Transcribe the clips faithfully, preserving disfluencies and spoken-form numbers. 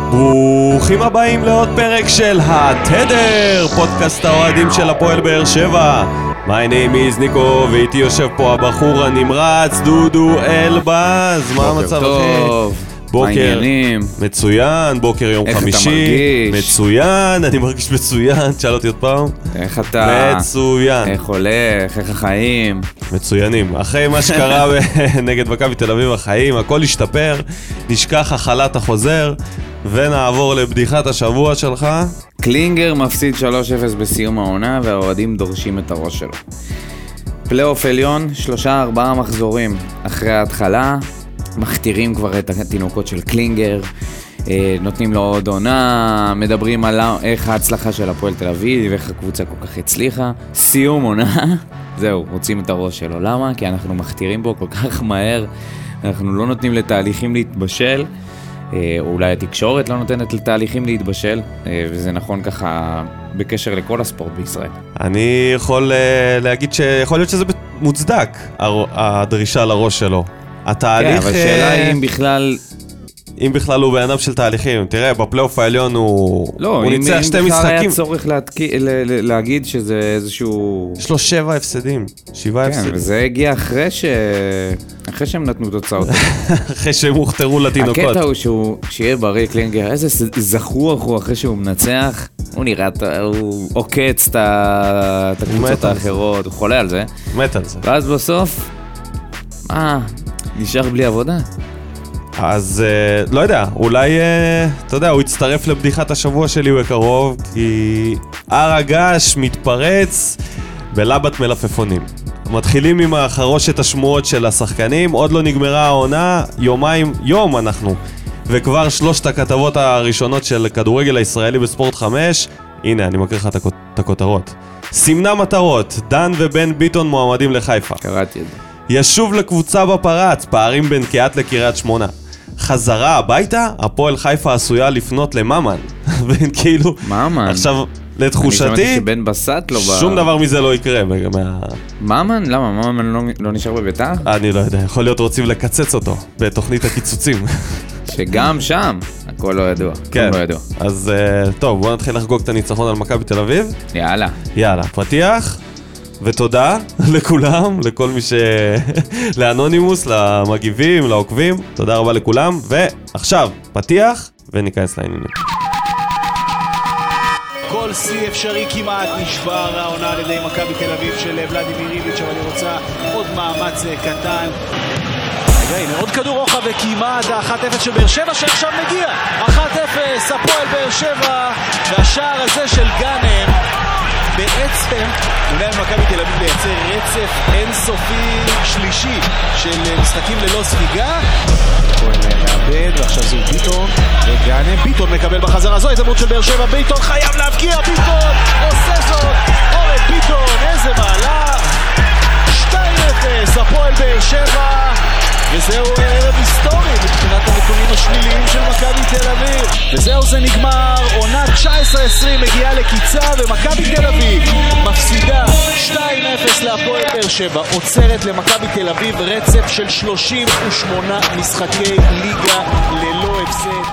ברוכים הבאים לעוד פרק של התדר, פודקאסט האוהדים של הפועל באר שבע. My name is ניקו, ואיתי יושב פה הבחור הנמרץ דודו אלבז. מה המצב אחי? בוקר מצוין, בוקר יום חמישי מצוין, אני מרגיש מצוין. תשאל אותי עוד פעם. איך אתה? מצוין. איך הולך? איך החיים? מצוינים. אחרי מה שקרה נגד מכבי תל אביב החיים, הכל השתפר, נשכח החלת החוזר, ונעבור לבדיחת השבוע שלך. קלינגר מפסיד שלוש אפס בסיום העונה, והאוהדים דורשים את הראש שלו. פלייאוף עליון, שלושה ארבעה מחזורים אחרי ההתחלה, מכתירים כבר את התינוקות של קלינגר, נותנים לו עוד עונה, מדברים על איך ההצלחה של הפועל תל אביב, איך הקבוצה כל כך הצליחה. סיום עונה, זהו, רוצים את הראש שלו. למה? כי אנחנו מכתירים בו כל כך מהר, אנחנו לא נותנים לתהליכים להתבשל, או אולי התקשורת לא נותנת לתהליכים להתבשל, וזה נכון ככה בקשר לכל הספורט בישראל. אני יכול להגיד שיכול להיות שזה מוצדק, הדרישה לראש שלו. התהליך... כן, אבל שאלה היא אם בכלל... אם בכלל הוא בעינם של תהליכים. תראה, בפלייאוף העליון הוא... לא, הוא ניצח שתי משחקים. אם בכלל היה צורך להתק... ל... להגיד שזה איזשהו... יש לו שבע הפסדים, שבעה כן, הפסדים. כן, וזה הגיע אחרי ש... אחרי שהם נתנו תוצאות. אחרי שהם הוכתרו לתינוקות. הקטע הוא שהוא... שיהיה בריא קלינגר, איזה זכוח הוא אחרי שהוא מנצח. הוא נראה, הוא עוקץ את הקבוצות האחרות, הוא חולה על זה. מת על זה. ואז בסוף... אה... נשאר בלי עבודה. אז uh, לא יודע, אולי, uh, אתה יודע, הוא יצטרף לבדיחת השבוע שלי בקרוב, כי הר הגעש מתפרץ בלבת מלפפונים. מתחילים עם החרושת השמועות של השחקנים, עוד לא נגמרה העונה, יומיים, יום אנחנו, וכבר שלושת הכתבות הראשונות של כדורגל הישראלי בספורט חמש, הנה, אני מקריא לך את הכותרות. סימנה מטרות, דן ובן ביטון מועמדים לחיפה. קראתי את זה. ישוב לקבוצה בפרץ, פערים בין קיאת לקריית שמונה. חזרה הביתה, הפועל חיפה עשויה לפנות לממן. כאילו, ממן. עכשיו, לתחושתי, אני שמעתי שבן בסט לא... שום ב... דבר מזה לא יקרה. מה... ממן? למה? ממן לא, לא נשאר בביתה? אני לא יודע, יכול להיות רוצים לקצץ אותו בתוכנית הקיצוצים. שגם שם, הכל לא ידוע. כן, לא ידוע. אז טוב, בואו נתחיל לחגוג את הניצחון על מכבי תל אביב. יאללה. יאללה, פתיח. ותודה לכולם, לכל מי ש... לאנונימוס, למגיבים, לעוקבים, תודה רבה לכולם, ועכשיו, פתיח, וניכנס לעניינים. כל שיא אפשרי כמעט נשבר העונה על ידי מכבי תל אביב של ולדימיר איביץ', אבל אני רוצה עוד מאמץ קטן. רגע, הנה עוד כדור רוחב וכמעט ה-אחת אפס של באר שבע שעכשיו מגיע. אחת אפס, הפועל באר שבע, והשער הזה של גאנם. בעצם אולי מכבי תל אביב לייצר רצף אינסופי שלישי של משחקים ללא ספיגה. הפועל מאבד, ועכשיו זהו ביטון וגאנם. ביטון מקבל בחזרה, זו הזדמנות של באר שבע, ביטון חייב להבקיע, ביטון עושה זאת, אורן ביטון, איזה מהלך. שתיים אפס, הפועל באר שבע, וזהו ערב היסטורי מבחינת הנתונים השליליים של מכבי תל אביב. וזהו, זה נגמר, עונה תשע עשרה עשרים מגיעה לקיצה, ומכבי תל אביב מפסידה שתיים אפס להפועל באר שבע, עוצרת למכבי תל אביב רצף של שלושים ושמונה משחקי ליגה ללא הפסד.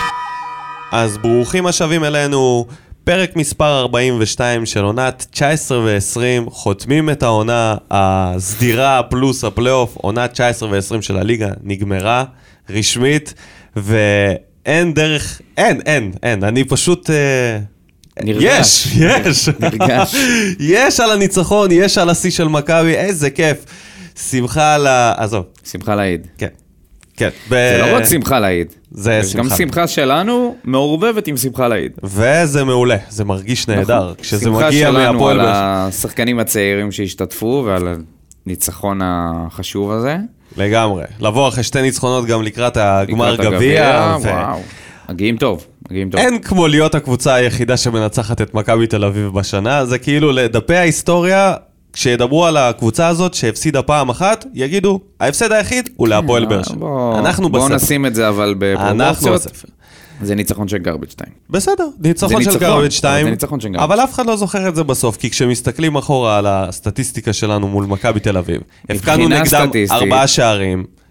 אז ברוכים השבים אלינו, פרק מספר ארבעים ושתיים של עונת תשע עשרה ועשרים, חותמים את העונה הסדירה פלוס הפלייאוף, עונת תשע עשרה ועשרים של הליגה נגמרה רשמית, ואין דרך, אין, אין, אין, אני פשוט... נרגש. יש, יש. נרגש. יש על הניצחון, יש על השיא של מכבי, איזה כיף. שמחה על ה... עזוב. שמחה להעיד. כן. כן. זה לא רק שמחה להעיד. זה יש גם שמחה שלנו מעורבבת עם שמחה להעיד. וזה מעולה, זה מרגיש נהדר. כשזה מגיע מהפועל... שמחה שלנו על השחקנים הצעירים שהשתתפו ועל הניצחון החשוב הזה. לגמרי. לבוא אחרי שתי ניצחונות גם לקראת הגמר גביע. וואו. מגיעים טוב. מגיעים טוב. אין כמו להיות הקבוצה היחידה שמנצחת את מכבי תל אביב בשנה. זה כאילו לדפי ההיסטוריה... כשידברו על הקבוצה הזאת שהפסידה פעם אחת, יגידו, ההפסד היחיד הוא להפועל באר שבע. אנחנו בספר. בואו נשים את זה אבל בפרופורציות. זה ניצחון של גרבג' שתיים. בסדר, ניצחון של גרבג' שתיים. זה ניצחון של גרבג'. אבל אף אחד לא זוכר את זה בסוף, כי כשמסתכלים אחורה על הסטטיסטיקה שלנו מול מכבי תל אביב, הפקענו נגדם ארבעה שערים,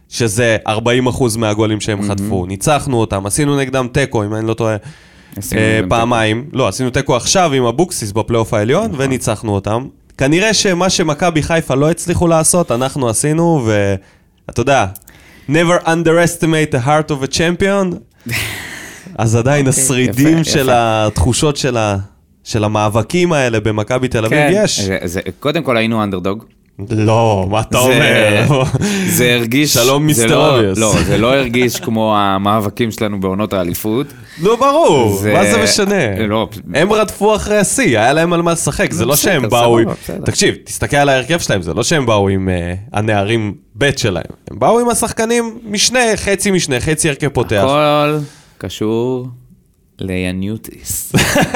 שזה ארבעים אחוז מהגולים שהם חטפו. ניצחנו אותם, עשינו נגדם טקו, אם אני לא טועה, פעמיים. לא, עשינו טקו עכשיו עם אבוקסיס בפלייאוף העליון, וניצחנו אותם. כנראה שמה שמכבי חיפה לא הצליחו לעשות, אנחנו עשינו, ואתה יודע, never underestimate the heart of a champion, אז עדיין השרידים של התחושות של המאבקים האלה במכבי תל אביב יש. קודם כל היינו אנדרדוג. לא, מה אתה אומר? זה הרגיש... שלום מיסטר אוביוס. לא, זה לא הרגיש כמו המאבקים שלנו בעונות האליפות. לא, ברור, מה זה משנה? הם רדפו אחרי השיא, היה להם על מה לשחק, זה לא שהם באו עם... תקשיב, תסתכל על ההרכב שלהם, זה לא שהם באו עם הנערים בית שלהם, הם באו עם השחקנים משנה, חצי משנה, חצי הרכב פותח. הכל קשור ליאניוטיס.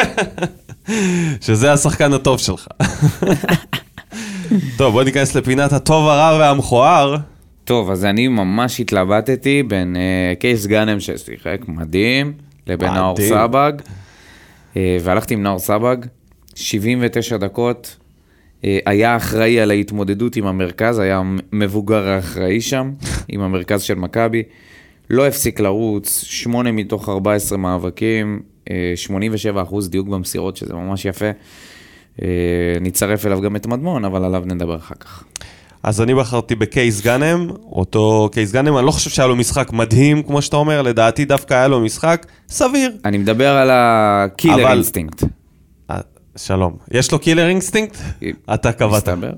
שזה השחקן הטוב שלך. טוב, בוא ניכנס לפינת הטוב, הרע והמכוער. טוב, אז אני ממש התלבטתי בין uh, קייס גאנם ששיחק מדהים, לבין נאור סבג, uh, והלכתי עם נאור סבג, שבעים ותשע דקות, uh, היה אחראי על ההתמודדות עם המרכז, היה מבוגר האחראי שם, עם המרכז של מכבי, לא הפסיק לרוץ, שמונה מתוך ארבע עשרה מאבקים, uh, שמונים ושבע אחוז דיוק במסירות, שזה ממש יפה, נצרף אליו גם את מדמון, אבל עליו נדבר אחר כך. אז אני בחרתי בקייס גאנם, אותו קייס גאנם, אני לא חושב שהיה לו משחק מדהים, כמו שאתה אומר, לדעתי דווקא היה לו משחק סביר. אני מדבר על הקילר אינסטינקט. שלום. יש לו קילר אינסטינקט? אתה קבעת. מסתבר.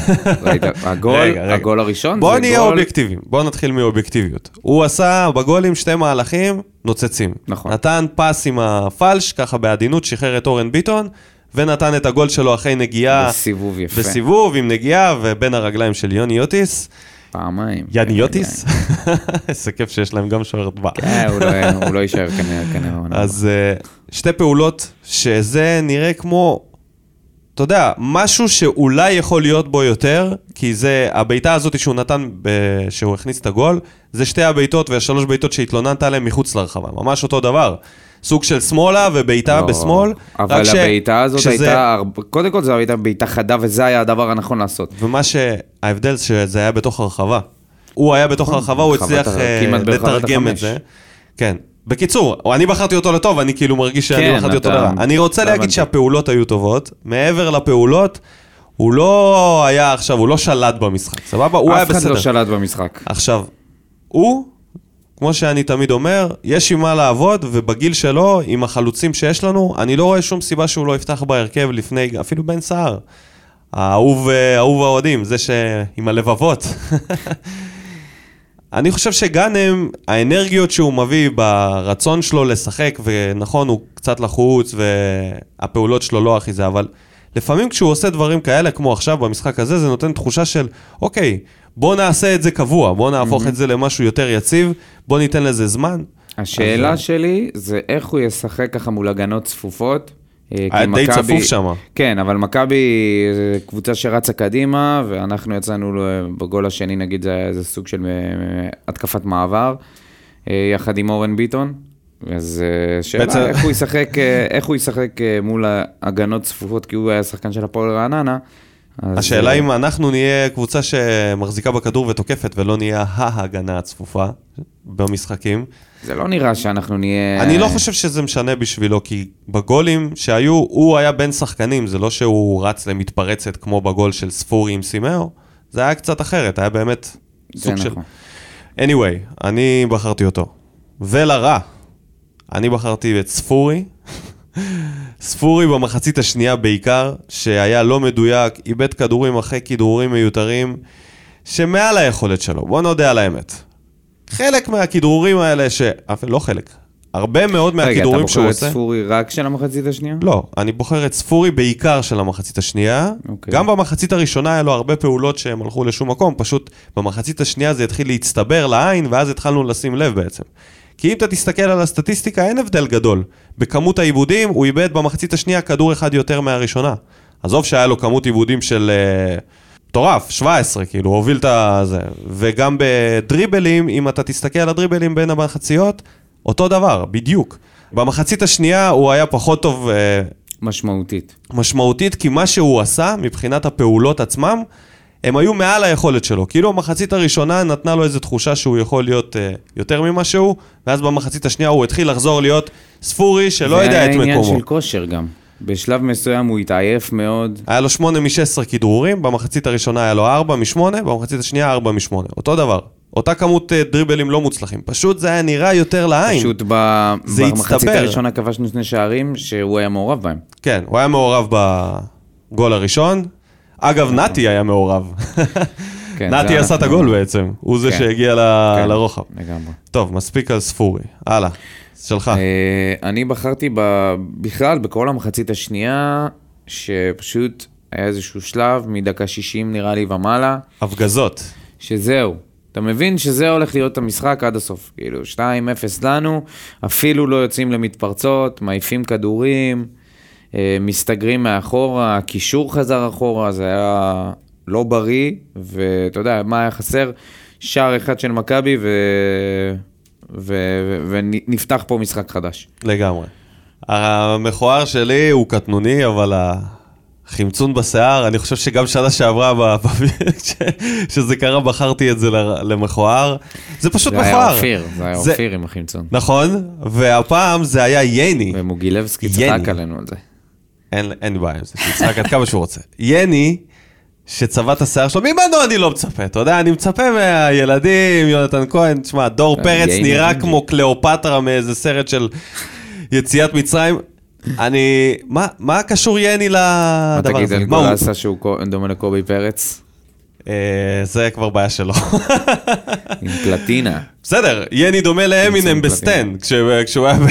הגול הראשון. בוא נהיה אובייקטיביים, בוא נתחיל מאובייקטיביות. הוא עשה בגולים שתי מהלכים נוצצים. נכון. נתן פס עם הפלש, ככה בעדינות, שחרר את אורן ביטון, ונתן את הגול שלו אחרי נגיעה. בסיבוב יפה. בסיבוב עם נגיעה, ובין הרגליים של יוני יוטיס. פעמיים. יוני יוטיס? איזה כיף שיש להם גם שוער טבע. כן, הוא לא יישאר כנראה. אז שתי פעולות שזה נראה כמו, אתה יודע, משהו שאולי יכול להיות בו יותר, כי זה, הביתה הזאת שהוא נתן, שהוא הכניס את הגול, זה שתי הביתות והשלוש ביתות שהתלוננת עליהם מחוץ לרחבה. ממש אותו דבר. סוג של שמאלה וביתה לא, בשמאל. אבל הביתה הזאת שזה... הייתה, קודם כל זו הייתה ביתה חדה, וזה היה הדבר הנכון לעשות. ומה שההבדל שזה היה בתוך הרחבה. הוא היה בתוך הרחבה, הוא הצליח לתרגם את זה. כן. בקיצור, אני בחרתי אותו לטוב, אני כאילו מרגיש שאני כן, בחרתי אותו לרע. אני רוצה להגיד שהפעולות היו טובות, מעבר לפעולות, הוא לא היה עכשיו, הוא לא שלט במשחק, סבבה? הוא היה בסדר. אף אחד לא שלט במשחק. עכשיו, הוא... כמו שאני תמיד אומר, יש עם מה לעבוד, ובגיל שלו, עם החלוצים שיש לנו, אני לא רואה שום סיבה שהוא לא יפתח בהרכב לפני, אפילו בן סער. האהוב, האהוב האוהדים, זה שעם הלבבות. אני חושב שגאנם, האנרגיות שהוא מביא ברצון שלו לשחק, ונכון, הוא קצת לחוץ, והפעולות שלו לא הכי זה, אבל לפעמים כשהוא עושה דברים כאלה, כמו עכשיו במשחק הזה, זה נותן תחושה של, אוקיי, בוא נעשה את זה קבוע, בוא נהפוך את זה למשהו יותר יציב, בוא ניתן לזה זמן. השאלה שלי זה איך הוא ישחק ככה מול הגנות צפופות. היה די צפוף שם. כן, אבל מכבי זה קבוצה שרצה קדימה, ואנחנו יצאנו בגול השני, נגיד, זה סוג של התקפת מעבר, יחד עם אורן ביטון. אז שאלה, איך הוא ישחק, איך הוא ישחק מול הגנות צפופות, כי הוא היה שחקן של הפועל רעננה. השאלה אם אנחנו נהיה קבוצה שמחזיקה בכדור ותוקפת, ולא נהיה ההגנה הצפופה במשחקים. זה לא נראה שאנחנו נהיה... אני לא חושב שזה משנה בשבילו, כי בגולים שהיו, הוא היה בין שחקנים, זה לא שהוא רץ למתפרצת כמו בגול של ספורי עם סימאו, זה היה קצת אחרת, היה באמת סוג של... anyway, אני בחרתי אותו. ולרע, אני בחרתי את ספורי, ספורי במחצית השנייה בעיקר, שהיה לא מדויק, איבד כדורים אחרי כדורים מיותרים, שמעל היכולת שלו, בוא נודה על האמת. חלק מהכדרורים האלה, שאף לא חלק, הרבה מאוד מהכדורים שהוא עושה... רגע, אתה בוחר את ספורי רק של המחצית השנייה? לא, אני בוחר את ספורי בעיקר של המחצית השנייה, okay. גם במחצית הראשונה היה לו הרבה פעולות שהם הלכו לשום מקום, פשוט במחצית השנייה זה התחיל להצטבר לעין, ואז התחלנו לשים לב בעצם. כי אם אתה תסתכל על הסטטיסטיקה, אין הבדל גדול. בכמות העיבודים, הוא איבד במחצית השנייה כדור אחד יותר מהראשונה. עזוב שהיה לו כמות עיבודים של מטורף, שבע עשרה, כאילו, הוא הוביל את זה. וגם בדריבלים, אם אתה תסתכל על הדריבלים בין המחציות, אותו דבר, בדיוק. במחצית השנייה הוא היה פחות טוב... משמעותית. משמעותית, כי מה שהוא עשה, מבחינת הפעולות עצמם, הם היו מעל היכולת שלו. כאילו המחצית הראשונה נתנה לו איזו תחושה שהוא יכול להיות uh, יותר ממה שהוא, ואז במחצית השנייה הוא התחיל לחזור להיות ספורי שלא יודע את מקומו. זה היה עניין של כושר גם. בשלב מסוים הוא התעייף מאוד. היה לו שמונה משש עשרה כדרורים, במחצית הראשונה היה לו ארבע משמונה, במחצית השנייה ארבע משמונה. אותו דבר. אותה כמות דריבלים לא מוצלחים. פשוט זה היה נראה יותר לעין. פשוט במחצית הראשונה כבשנו שני שערים שהוא היה מעורב בהם. כן, הוא היה מעורב בגול הראשון. אגב, נתי היה מעורב. נתי עשה את הגול בעצם. הוא זה שהגיע לרוחב. לגמרי. טוב, מספיק על ספורי. הלאה, שלך. אני בחרתי בכלל בכל המחצית השנייה, שפשוט היה איזשהו שלב, מדקה שישים נראה לי ומעלה. הפגזות. שזהו. אתה מבין שזה הולך להיות המשחק עד הסוף. כאילו, שתיים אפס לנו, אפילו לא יוצאים למתפרצות, מעיפים כדורים, מסתגרים מאחורה, הקישור חזר אחורה, זה היה לא בריא, ואתה יודע, מה היה חסר? שער אחד של מכבי, ו... ו... ונפתח פה משחק חדש. לגמרי. המכוער שלי הוא קטנוני, אבל החמצון בשיער, אני חושב שגם שנה שעברה, שזה קרה, בחרתי את זה למכוער. זה פשוט מכוער. זה היה אופיר, זה היה אופיר עם החמצון. נכון, והפעם זה היה יני. ומוגילבסקי צחק עלינו על זה. אין, אין בעיה עם זה, שיצחק עד כמה שהוא רוצה. יני, שצבע את השיער שלו, ממנו אני לא מצפה, אתה יודע, אני מצפה מהילדים, יונתן כהן, תשמע, דור פרץ נראה כמו קליאופטרה מאיזה סרט של יציאת מצרים. אני, מה, מה קשור יני לדבר הזה? מה תגיד על גולסה שהוא דומה לקובי פרץ? זה כבר בעיה שלו. עם פלטינה. בסדר, יני דומה לאמינם בסטנד, כשהוא היה ב...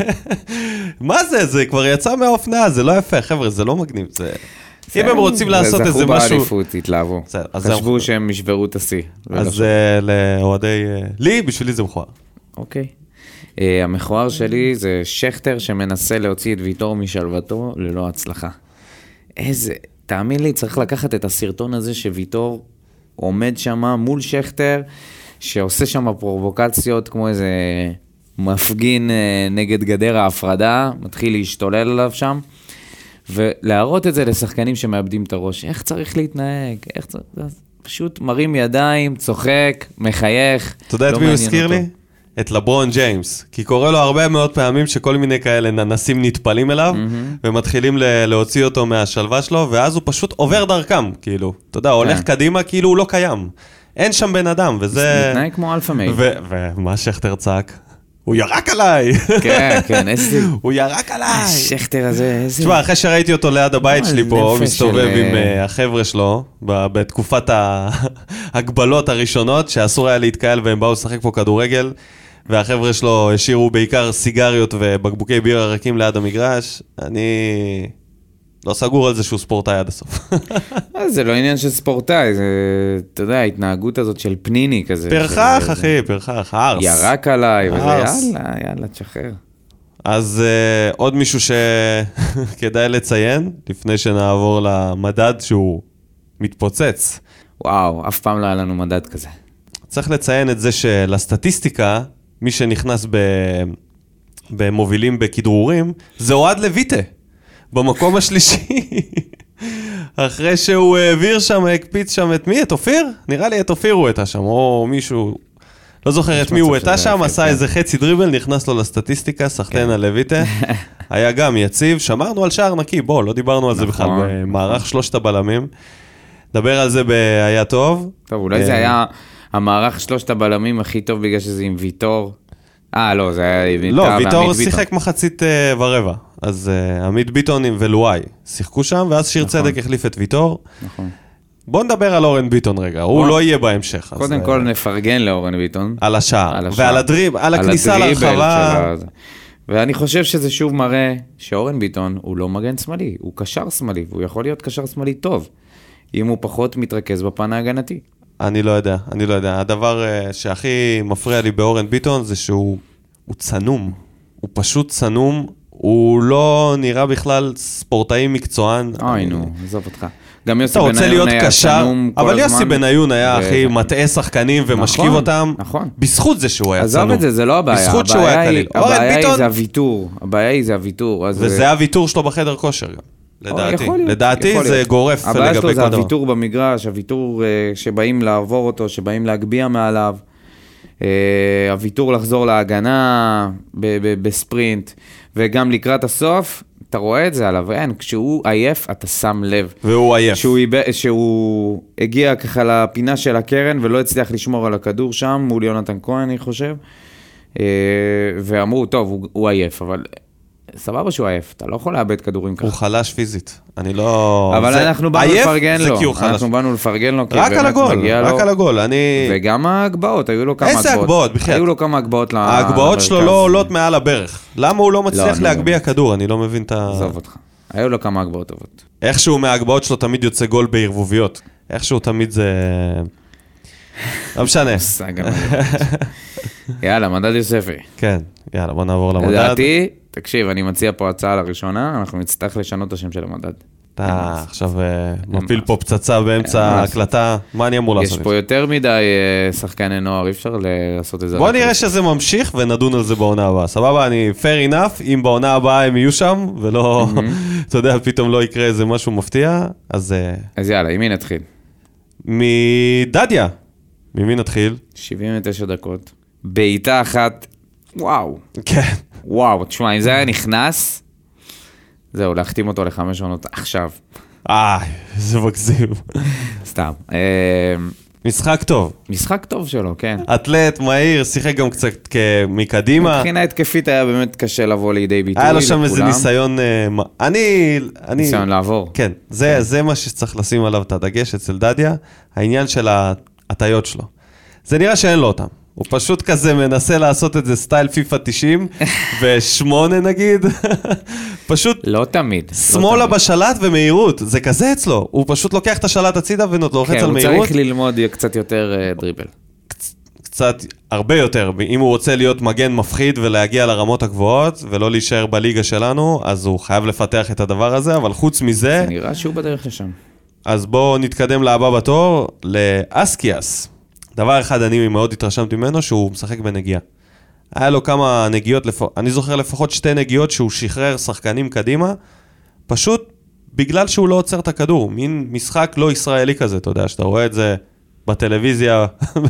מה זה? זה כבר יצא מהאופנה, זה לא יפה, חבר'ה, זה לא מגניב, זה... אם הם רוצים לעשות איזה משהו... זכו באליפות, התלהבו. חשבו שהם ישברו את השיא. אז לאוהדי... לי, בשבילי זה מכוער. אוקיי. המכוער שלי זה שכטר שמנסה להוציא את ויטור משלוותו ללא הצלחה. איזה... תאמין לי, צריך לקחת את הסרטון הזה שוויטור עומד שם מול שכטר, שעושה שם פרובוקציות כמו איזה מפגין נגד גדר ההפרדה, מתחיל להשתולל עליו שם, ולהראות את זה לשחקנים שמאבדים את הראש. איך צריך להתנהג? איך צריך... פשוט מרים ידיים, צוחק, מחייך. אתה יודע את מי הוא הזכיר לי? את לברון ג'יימס, כי קורה לו הרבה מאוד פעמים שכל מיני כאלה ננסים נטפלים אליו, ומתחילים להוציא אותו מהשלווה שלו, ואז הוא פשוט עובר דרכם, כאילו, אתה יודע, הולך קדימה כאילו הוא לא קיים. אין שם בן אדם, וזה... מתנהג כמו אלפא מייל. ומה שכטר צעק? הוא ירק עליי! כן, כן, איזה... הוא ירק עליי! השכטר הזה, איזה... תשמע, אחרי שראיתי אותו ליד הבית שלי פה, מסתובב עם החבר'ה שלו, בתקופת ההגבלות הראשונות, שאסור היה להתקהל והם באו לשחק פה כדורגל, והחבר'ה שלו השאירו בעיקר סיגריות ובקבוקי בירה רכים ליד המגרש. אני לא סגור על זה שהוא ספורטאי עד הסוף. זה לא עניין של ספורטאי, זה, אתה יודע, ההתנהגות הזאת של פניני כזה. פרחח, אחי, פרחח, הארס. ירק עליי, וזה יאללה, יאללה, תשחרר. אז עוד מישהו שכדאי לציין, לפני שנעבור למדד שהוא מתפוצץ. וואו, אף פעם לא היה לנו מדד כזה. צריך לציין את זה שלסטטיסטיקה, מי שנכנס במובילים בכדרורים, זה אוהד לויטה, במקום השלישי. אחרי שהוא העביר שם, הקפיץ שם את מי? את אופיר? נראה לי את אופיר הוא הייתה שם, או מישהו, לא זוכר את מי הוא הייתה שם, עשה איזה חצי דריבל, נכנס לו לסטטיסטיקה, סחטן על לויטה. היה גם יציב, שמרנו על שער נקי, בוא, לא דיברנו על זה בכלל, במערך שלושת הבלמים. דבר על זה היה טוב. טוב, אולי זה היה... המערך שלושת הבלמים הכי טוב בגלל שזה עם ויטור. אה, לא, זה היה ויטור. לא, ויטור שיחק מחצית uh, ורבע. אז uh, עמית ביטון ולואי שיחקו שם, ואז שיר נכון. צדק החליף את ויטור. נכון. בוא נדבר על אורן ביטון רגע, הוא בוא. לא יהיה בהמשך. קודם אז, כל uh, נפרגן לאורן ביטון. על השער, על השער. ועל הדריב, על הכניסה לרחבה. ואני חושב שזה שוב מראה שאורן ביטון הוא לא מגן שמאלי, הוא קשר שמאלי, והוא יכול להיות קשר שמאלי טוב, אם הוא פחות מתרכז בפן ההגנתי. אני לא יודע, אני לא יודע. הדבר uh, שהכי מפריע לי באורן ביטון זה שהוא הוא צנום. הוא פשוט צנום. הוא לא נראה בכלל ספורטאי מקצוען. אוי נו, עזוב אותך. גם יוסי בניון היה צנום כל הזמן. אבל יוסי בניון היה הכי מטעה שחקנים ומשכיב אותם. נכון. בזכות זה שהוא היה צנום. עזוב את זה, זה לא הבעיה. בזכות שהוא היה קליל. הבעיה היא זה הוויתור. הבעיה היא זה הוויתור. וזה הוויתור שלו בחדר כושר גם. לדעתי. לדעתי זה גורף לגבי כל דבר. הבעיה שלו זה הוויתור במגרש, הוויתור שבאים לעבור אותו, שבאים להגביע מעליו, הוויתור לחזור להגנה בספרינט, וגם לקראת הסוף, אתה רואה את זה עליו, אין, כשהוא עייף, אתה שם לב. והוא עייף. שהוא, שהוא הגיע ככה לפינה של הקרן, ולא הצליח לשמור על הכדור שם, מול יונתן כהן, אני חושב, ואמרו, טוב, הוא, הוא עייף, אבל סבבה שהוא עייף, אתה לא יכול לאבד כדורים ככה. הוא חלש פיזית, אני לא... אבל זה... אנחנו באנו עייף, לפרגן לו, אנחנו באנו לפרגן לו, רק על הגול, רק על הגול, אני... וגם ההגבעות, היו לו כמה הגבעות. איזה הגבעות, בכלל? היו לו כמה הגבעות למרכז. ההגבעות שלו לא עולות מעל הברך. למה הוא לא מצליח להגביע כדור? אני לא מבין את ה... עזוב אותך. היו לו כמה הגבעות טובות. איכשהו מההגבעות שלו תמיד יוצא גול בערבוביות. איכשהו תמיד זה... לא משנה. יאללה, מדד יוספי. כן, יאללה, בוא נעבור למדד. לדעתי, תקשיב, אני מציע פה הצעה לראשונה, אנחנו נצטרך לשנות את השם של המדד. אתה עכשיו מפיל פה פצצה באמצע ההקלטה, מה אני אמור לעשות? יש פה יותר מדי שחקני נוער, אי אפשר לעשות את זה. בוא נראה שזה ממשיך ונדון על זה בעונה הבאה. סבבה, אני fair enough, אם בעונה הבאה הם יהיו שם, ולא, אתה יודע, פתאום לא יקרה איזה משהו מפתיע, אז... אז יאללה, עם מי נתחיל? מדדיה. ממי נתחיל? שבעים ותשע דקות. בעיטה אחת, וואו. כן. וואו, תשמע, אם זה היה נכנס, זהו, להחתים אותו לחמש עונות עכשיו. אה, זה מגזים. סתם. משחק טוב. משחק טוב שלו, כן. אתלט, מהיר, שיחק גם קצת מקדימה. מבחינה התקפית היה באמת קשה לבוא לידי ביטוי. היה לו שם איזה ניסיון, אני... ניסיון לעבור. כן, זה מה שצריך לשים עליו את הדגש אצל דדיה, העניין של ההטיות שלו. זה נראה שאין לו אותם. הוא פשוט כזה מנסה לעשות את זה סטייל פיפה תשעים ושמונה נגיד. פשוט... לא תמיד. שמאלה בשלט ומהירות. זה כזה אצלו. הוא פשוט לוקח את השלט הצידה ולוחץ על מהירות. כן, הוא צריך ללמוד קצת יותר דריבל. קצת, הרבה יותר. אם הוא רוצה להיות מגן מפחיד ולהגיע לרמות הגבוהות ולא להישאר בליגה שלנו, אז הוא חייב לפתח את הדבר הזה, אבל חוץ מזה... זה נראה שהוא בדרך לשם. אז בואו נתקדם להבא בתור, לאסקיאס. דבר אחד אני מאוד התרשמתי ממנו, שהוא משחק בנגיעה. היה לו כמה נגיעות, לפ... אני זוכר לפחות שתי נגיעות שהוא שחרר שחקנים קדימה, פשוט בגלל שהוא לא עוצר את הכדור, מין משחק לא ישראלי כזה, אתה יודע, שאתה רואה את זה בטלוויזיה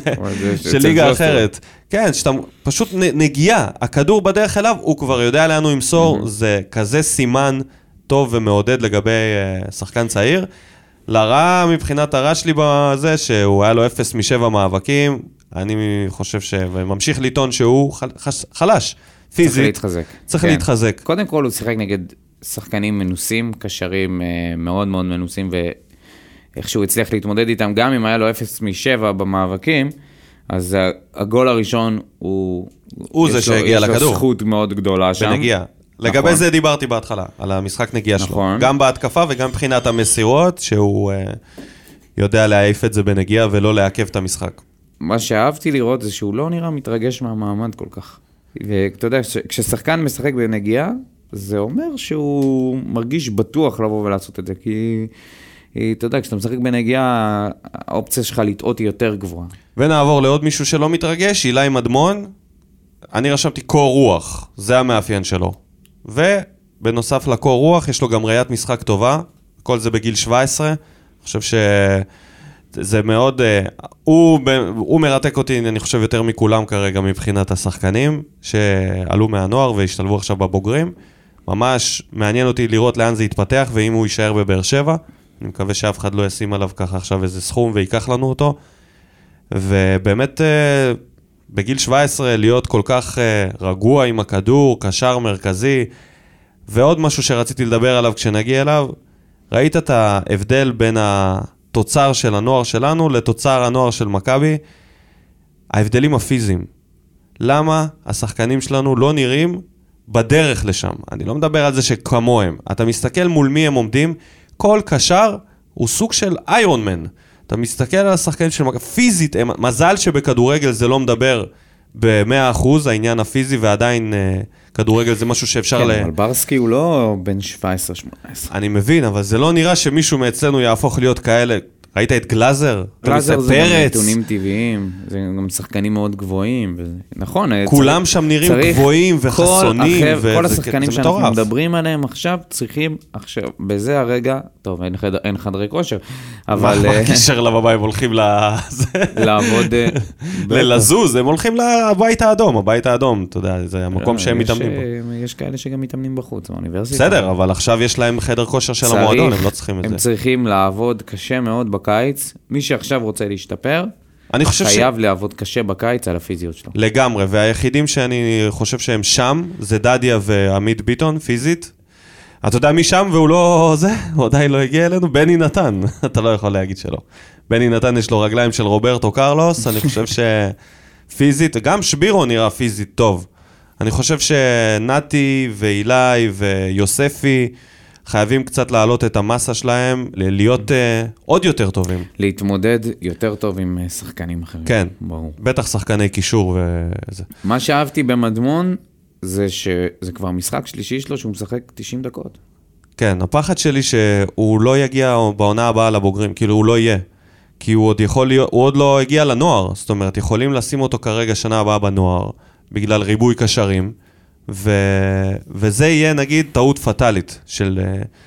של ליגה אחרת. כן, שאתה פשוט נגיעה, הכדור בדרך אליו, הוא כבר יודע לאן הוא ימסור, זה כזה סימן טוב ומעודד לגבי שחקן צעיר, לרע מבחינת הרע שלי בזה, שהוא היה לו אפס משבע מאבקים, אני חושב ש... וממשיך לטעון שהוא חלש, פיזית. צריך להתחזק. צריך להתחזק. קודם כל הוא שיחק נגד שחקנים מנוסים, קשרים מאוד מאוד מנוסים, ואיך שהוא הצליח להתמודד איתם, גם אם היה לו אפס משבע במאבקים, אז הגול הראשון הוא... הוא זה שהגיע לכדור. יש לו זכות מאוד גדולה שם. ונגיע. לגבי נכון. זה דיברתי בהתחלה, על המשחק נגיעה נכון. שלו. גם בהתקפה וגם מבחינת המסירות, שהוא uh, יודע להעיף את זה בנגיעה ולא לעכב את המשחק. מה שאהבתי לראות זה שהוא לא נראה מתרגש מהמעמד כל כך. ואתה יודע, כששחקן משחק בנגיעה, זה אומר שהוא מרגיש בטוח לבוא ולעשות את זה, כי אתה יודע, כשאתה משחק בנגיעה, האופציה שלך לטעות היא יותר גבוהה. ונעבור לעוד מישהו שלא מתרגש, אילי מדמון, אני רשמתי קור רוח, זה המאפיין שלו. ובנוסף לקור רוח, יש לו גם ראיית משחק טובה, כל זה בגיל שבע עשרה, אני חושב שזה מאוד, הוא, הוא מרתק אותי, אני חושב יותר מכולם כרגע מבחינת השחקנים, שעלו מהנוער והשתלבו עכשיו בבוגרים, ממש מעניין אותי לראות לאן זה יתפתח, ואם הוא יישאר בבאר שבע, אני מקווה שאף אחד לא ישים עליו ככה עכשיו איזה סכום ויקח לנו אותו, ובאמת בגיל שבע עשרה להיות כל כך רגוע עם הכדור, קשר מרכזי, ועוד משהו שרציתי לדבר עליו כשנגיע אליו, ראית את ההבדל בין התוצר של הנוער שלנו לתוצר הנוער של מכבי, ההבדלים הפיזיים. למה השחקנים שלנו לא נראים בדרך לשם? אני לא מדבר על זה שכמוהם. אתה מסתכל מול מי הם עומדים, כל קשר הוא סוג של איירון מן. אתה מסתכל על השחקנים של מכבי, פיזית, מזל שבכדורגל זה לא מדבר ב-מאה אחוז, העניין הפיזי, ועדיין כדורגל זה משהו שאפשר כן, ל... אבל ברסקי הוא לא בן שבע עשרה שמונה עשרה. אני מבין, אבל זה לא נראה שמישהו מאצלנו יהפוך להיות כאלה. ראית את גלאזר? גלאזר זה גם פרץ. נתונים טבעיים, זה גם שחקנים מאוד גבוהים, וזה, נכון. כולם צריך, שם נראים צריך גבוהים וחסונים. כל, וזה, כל השחקנים זה שאנחנו מטורף. מדברים עליהם עכשיו, צריכים עכשיו, בזה הרגע, טוב, אין, חד, אין חדרי כושר, מה, אבל... מה הקשר לבמה, הם הולכים ל... לעבוד... לזוז, הם הולכים לבית האדום, הבית האדום, אתה יודע, זה המקום שהם מתאמנים בו. יש כאלה שגם מתאמנים בחוץ, באוניברסיטה. בסדר, אבל עכשיו יש להם חדר כושר של המועדון, הם לא צריכים את זה. הם צריכים לעבוד קשה מאוד בקיץ. מי שעכשיו רוצה להשתפר, חייב לעבוד קשה בקיץ על הפיזיות שלו. לגמרי, והיחידים שאני חושב שהם שם, זה דדיה ועמית ביטון, פיזית. אתה יודע מי שם והוא לא זה, הוא עדיין לא הגיע אלינו, בני נתן, אתה לא יכול להגיד שלא. בני נתן יש לו רגליים של רוברטו קרלוס, אני חושב שפיזית, גם שבירו נראה פיזית טוב. אני חושב שנתי ואילי ויוספי חייבים קצת להעלות את המסה שלהם, להיות uh, עוד יותר טובים. להתמודד יותר טוב עם uh, שחקנים אחרים. כן, ברור. בטח שחקני קישור וזה. מה שאהבתי במדמון, זה שזה כבר משחק שלישי שלו, שהוא משחק תשעים דקות. כן, הפחד שלי שהוא לא יגיע בעונה הבאה לבוגרים, כאילו הוא לא יהיה. כי הוא עוד יכול להיות, הוא עוד לא הגיע לנוער, זאת אומרת, יכולים לשים אותו כרגע שנה הבאה בנוער, בגלל ריבוי קשרים, ו... וזה יהיה נגיד טעות פטלית של,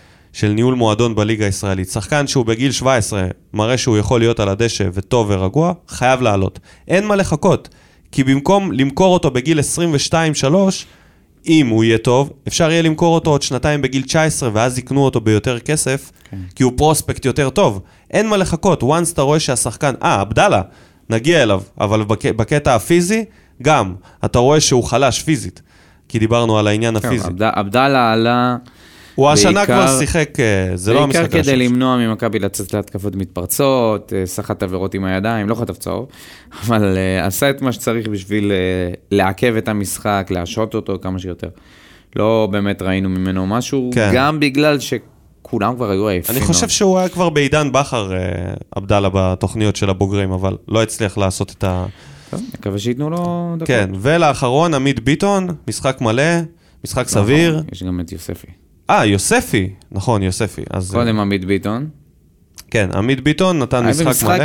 של ניהול מועדון בליגה הישראלית. שחקן שהוא בגיל שבע עשרה מראה שהוא יכול להיות על הדשא וטוב ורגוע, חייב לעלות. אין מה לחכות, כי במקום למכור אותו בגיל עשרים ושתיים שלוש, אם הוא יהיה טוב, אפשר יהיה למכור אותו עוד שנתיים בגיל תשע עשרה, ואז יקנו אותו ביותר כסף, כן. כי הוא פרוספקט יותר טוב. אין מה לחכות, once אתה רואה שהשחקן, אה, אבדלה, נגיע אליו, אבל בק... בקטע הפיזי, גם, אתה רואה שהוא חלש פיזית, כי דיברנו על העניין הפיזי. אבדלה עלה... הוא השנה כבר שיחק, זה לא המשחק בעיקר כדי למנוע ממכבי לצאת להתקפות מתפרצות, שחת עבירות עם הידיים, לא חטף צהוב, אבל עשה את מה שצריך בשביל לעכב את המשחק, להשעות אותו כמה שיותר. לא באמת ראינו ממנו משהו, גם בגלל שכולם כבר היו עייפים. אני חושב שהוא היה כבר בעידן בחר, אבדלה, בתוכניות של הבוגרים, אבל לא הצליח לעשות את ה... מקווה שיתנו לו דקות. כן, ולאחרון, עמית ביטון, משחק מלא, משחק סביר. יש גם את יוספי. אה, יוספי, נכון, יוספי. קודם עמית ביטון. כן, עמית ביטון נתן משחק מלא.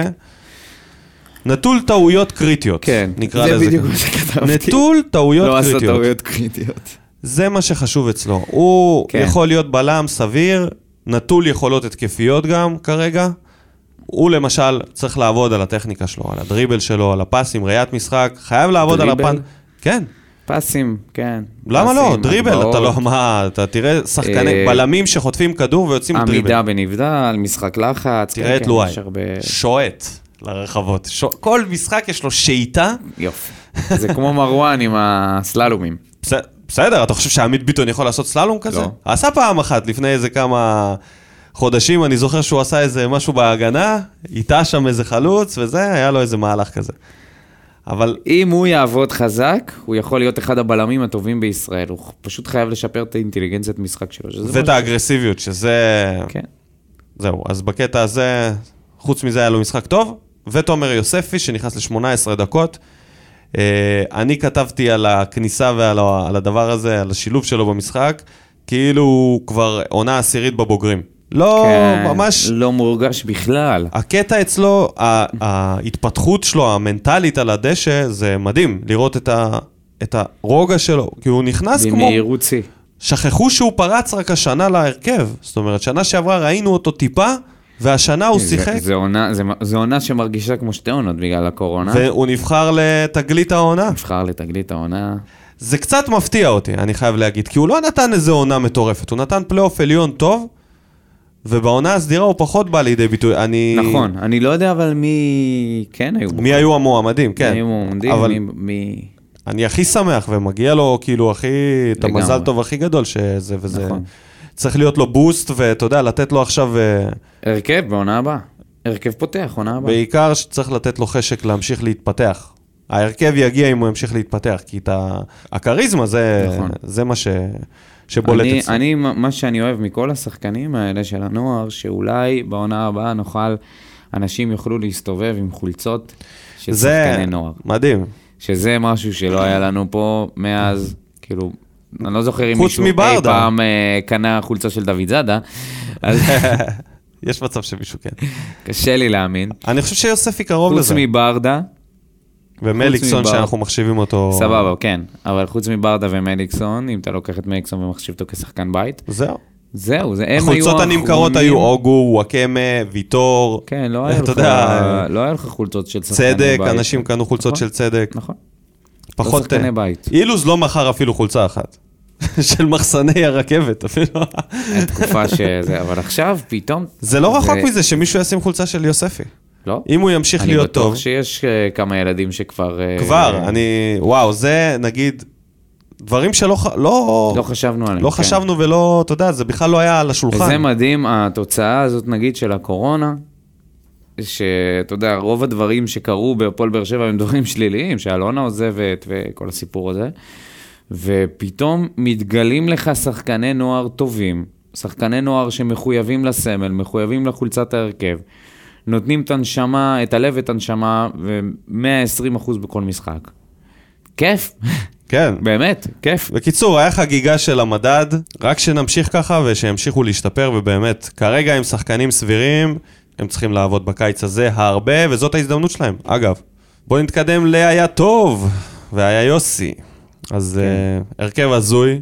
נטול טעויות קריטיות. כן, זה בדיוק מה שכתבתי. נטול טעויות קריטיות. לא עשה טעויות קריטיות. זה מה שחשוב אצלו. הוא יכול להיות בלם סביר, נטול יכולות התקפיות גם כרגע. הוא למשל צריך לעבוד על הטכניקה שלו, על הדריבל שלו, על הפסים, ראיית משחק, חייב לעבוד על הפן. כן. פסים, כן. למה לא? דריבל, אתה לא, מה, אתה תראה שחקני בלמים שחוטפים כדור ויוצאים דריבל. עמידה בנבדל, משחק לחץ. תראה את לואי, שועט לרחבות. כל משחק יש לו שאיתה. יופי. זה כמו מרואן עם הסללומים. בסדר, אתה חושב שעמית ביטון יכול לעשות סללום כזה? לא. עשה פעם אחת, לפני איזה כמה חודשים, אני זוכר שהוא עשה איזה משהו בהגנה, איתה שם איזה חלוץ, וזה, היה לו איזה מהלך כזה. אבל... אם הוא יעבוד חזק, הוא יכול להיות אחד הבלמים הטובים בישראל. הוא פשוט חייב לשפר את האינטליגנציית משחק שלו. ואת האגרסיביות, שזה... כן. זהו, אז בקטע הזה, חוץ מזה היה לו משחק טוב, ותומר יוספי, שנכנס ל-שמונה עשרה דקות. אני כתבתי על הכניסה ועל הדבר הזה, על השילוב שלו במשחק, כאילו הוא כבר עונה עשירית בבוגרים. לא, כן, ממש... לא מורגש בכלל. הקטע אצלו, ההתפתחות שלו, המנטלית על הדשא, זה מדהים, לראות את, ה, את הרוגע שלו, כי הוא נכנס כמו... במהירות שיא. שכחו שהוא פרץ רק השנה להרכב, זאת אומרת, שנה שעברה ראינו אותו טיפה, והשנה הוא שיחק. זה, זה, עונה, זה, זה עונה שמרגישה כמו שתי עונות בגלל הקורונה. והוא נבחר לתגלית העונה. נבחר לתגלית העונה. זה קצת מפתיע אותי, אני חייב להגיד, כי הוא לא נתן איזו עונה מטורפת, הוא נתן פלייאוף עליון טוב, ובעונה הסדירה הוא פחות בא לידי ביטוי. אני... נכון, אני לא יודע אבל מי כן היו. מי היו המועמדים, כן. מי היו המועמדים, אבל... מי... מי... אני הכי שמח, ומגיע לו כאילו הכי, את המזל טוב הכי גדול שזה וזה. נכון. צריך להיות לו בוסט, ואתה יודע, לתת לו עכשיו... הרכב בעונה הבאה. הרכב פותח, עונה הבאה. בעיקר שצריך לתת לו חשק להמשיך להתפתח. ההרכב יגיע אם הוא ימשיך להתפתח, כי את הקריזמה זה, נכון. זה מה ש... שבולט אני, אצלו. אני, מה שאני אוהב מכל השחקנים האלה של הנוער, שאולי בעונה הבאה נוכל, אנשים יוכלו להסתובב עם חולצות של שחקני נוער. מדהים. שזה משהו שלא היה לנו פה מאז, כאילו, אני לא זוכר אם מישהו אי פעם קנה חולצה של דוד זאדה, יש מצב שמישהו כן. קשה לי להאמין. אני חושב שיוספי קרוב לזה. חוץ מברדה. ומליקסון שאנחנו מחשיבים אותו... סבבה, כן. אבל חוץ מברדה ומליקסון, אם אתה לוקח את מליקסון ומחשיב אותו כשחקן בית. זהו. זהו, זה הם היו... החולצות הנמכרות היו אוגו, וואקמה, ויטור. כן, לא היה לך חולצות של שחקני בית. צדק, אנשים קנו חולצות של צדק. נכון. פחות... לא שחקני בית. אילוז לא מכר אפילו חולצה אחת. של מחסני הרכבת, אפילו. התקופה שזה... אבל עכשיו, פתאום... זה לא רחוק מזה שמישהו ישים חולצה של יוספי. לא? אם הוא ימשיך להיות טוב... אני בטוח שיש כמה ילדים שכבר... כבר, אני... וואו, זה נגיד... דברים שלא לא, לא חשבנו עליהם. לא כן. חשבנו ולא, אתה יודע, זה בכלל לא היה על השולחן. וזה מדהים, התוצאה הזאת נגיד של הקורונה, שאתה יודע, רוב הדברים שקרו בפועל באר שבע הם דברים שליליים, שאלונה עוזבת וכל הסיפור הזה, ופתאום מתגלים לך שחקני נוער טובים, שחקני נוער שמחויבים לסמל, מחויבים לחולצת ההרכב, נותנים את הנשמה, את הלב ואת הנשמה, ו-מאה ועשרים אחוז בכל משחק. כיף. כן. באמת, כיף. בקיצור, היה חגיגה של המדד, רק שנמשיך ככה ושימשיכו להשתפר, ובאמת, כרגע הם שחקנים סבירים, הם צריכים לעבוד בקיץ הזה הרבה, וזאת ההזדמנות שלהם. אגב, בואו נתקדם להיה טוב, והיה יוסי. אז כן. uh, הרכב הזוי.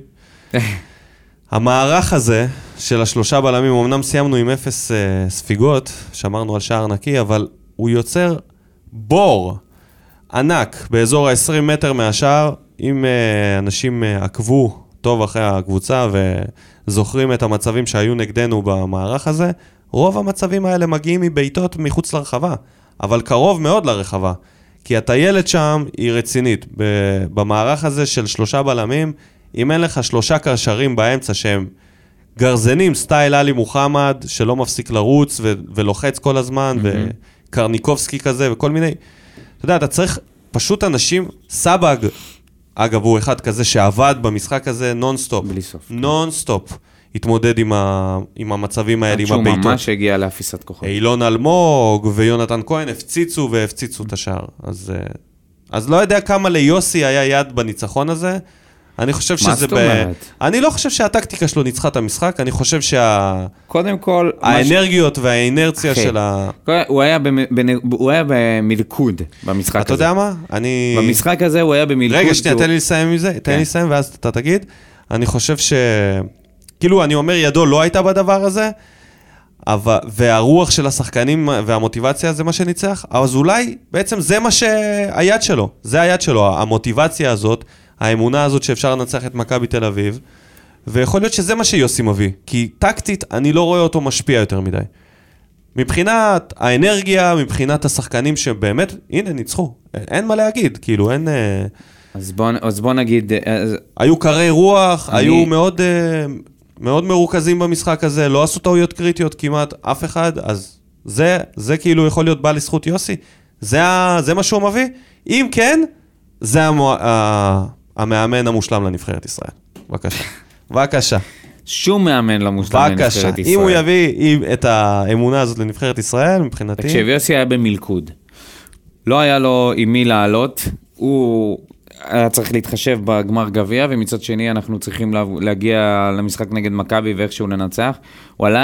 המערך הזה של השלושה בלמים, אמנם סיימנו עם אפס uh, ספיגות, שמרנו על שער נקי, אבל הוא יוצר בור ענק באזור ה-עשרים מטר מהשער, אם uh, אנשים uh, עקבו טוב אחרי הקבוצה וזוכרים את המצבים שהיו נגדנו במערך הזה, רוב המצבים האלה מגיעים מביתות מחוץ לרחבה, אבל קרוב מאוד לרחבה, כי הטיילת שם היא רצינית. במערך הזה של שלושה בלמים, אם אין לך שלושה קשרים באמצע שהם גרזנים, סטייל אלי מוחמד, שלא מפסיק לרוץ ו- ולוחץ כל הזמן, mm-hmm. וקרניקובסקי כזה וכל מיני, אתה יודע, אתה צריך פשוט אנשים, סבג, אגב, הוא אחד כזה שעבד במשחק הזה נונסטופ. בלי סוף. נונסטופ. התמודד עם, ה... עם המצבים האלה, עם הביתות. שהוא ממש הגיע להפיסת כוחות. אילון אלמוג ויונתן כהן הפציצו והפציצו את השער. אז, אז לא יודע כמה ליוסי היה יד בניצחון הזה. אני חושב שזה ב... אני לא חושב שהטקטיקה שלו ניצחה את המשחק, אני חושב שה... קודם כל... האנרגיות מש... והאינרציה של ה... הוא היה, במ... הוא היה במלכוד במשחק הזה. אתה יודע מה? אני... במשחק הזה הוא היה במלכוד. רגע, שנייה, תן לי לסיים מזה, תן לי לסיים ואז אתה תגיד. אני חושב ש... כאילו, אני אומר, ידו לא הייתה בדבר הזה, אבל, והרוח של השחקנים והמוטיבציה זה מה שניצח, אז אולי בעצם זה מה שהיד שלו, זה היד שלו, המוטיבציה הזאת, האמונה הזאת שאפשר לנצח את מכבי תל אביב, ויכול להיות שזה מה שיוסי מביא, כי טקטית אני לא רואה אותו משפיע יותר מדי. מבחינת האנרגיה, מבחינת השחקנים שבאמת, הנה, ניצחו, אין מה להגיד, כאילו, אין... אז בוא, אז בוא נגיד... אז... היו קרי רוח, אני... היו מאוד... מאוד מרוכזים במשחק הזה, לא עשו טעויות קריטיות כמעט אף אחד, אז זה, זה כאילו יכול להיות בא לזכות יוסי. זה, זה מה שהוא מביא? אם כן, זה המו, המאמן המושלם לנבחרת ישראל. בבקשה. בבקשה. שום מאמן למושלם לנבחרת ישראל. אם הוא יביא את האמונה הזאת לנבחרת ישראל, מבחינתי... תקשיב, יוסי היה במלכוד. לא היה לו עם מי לעלות, הוא... היה צריך להתחשב בגמר גביע, ומצד שני אנחנו צריכים להגיע למשחק נגד מכבי ואיכשהו לנצח. הוא עלה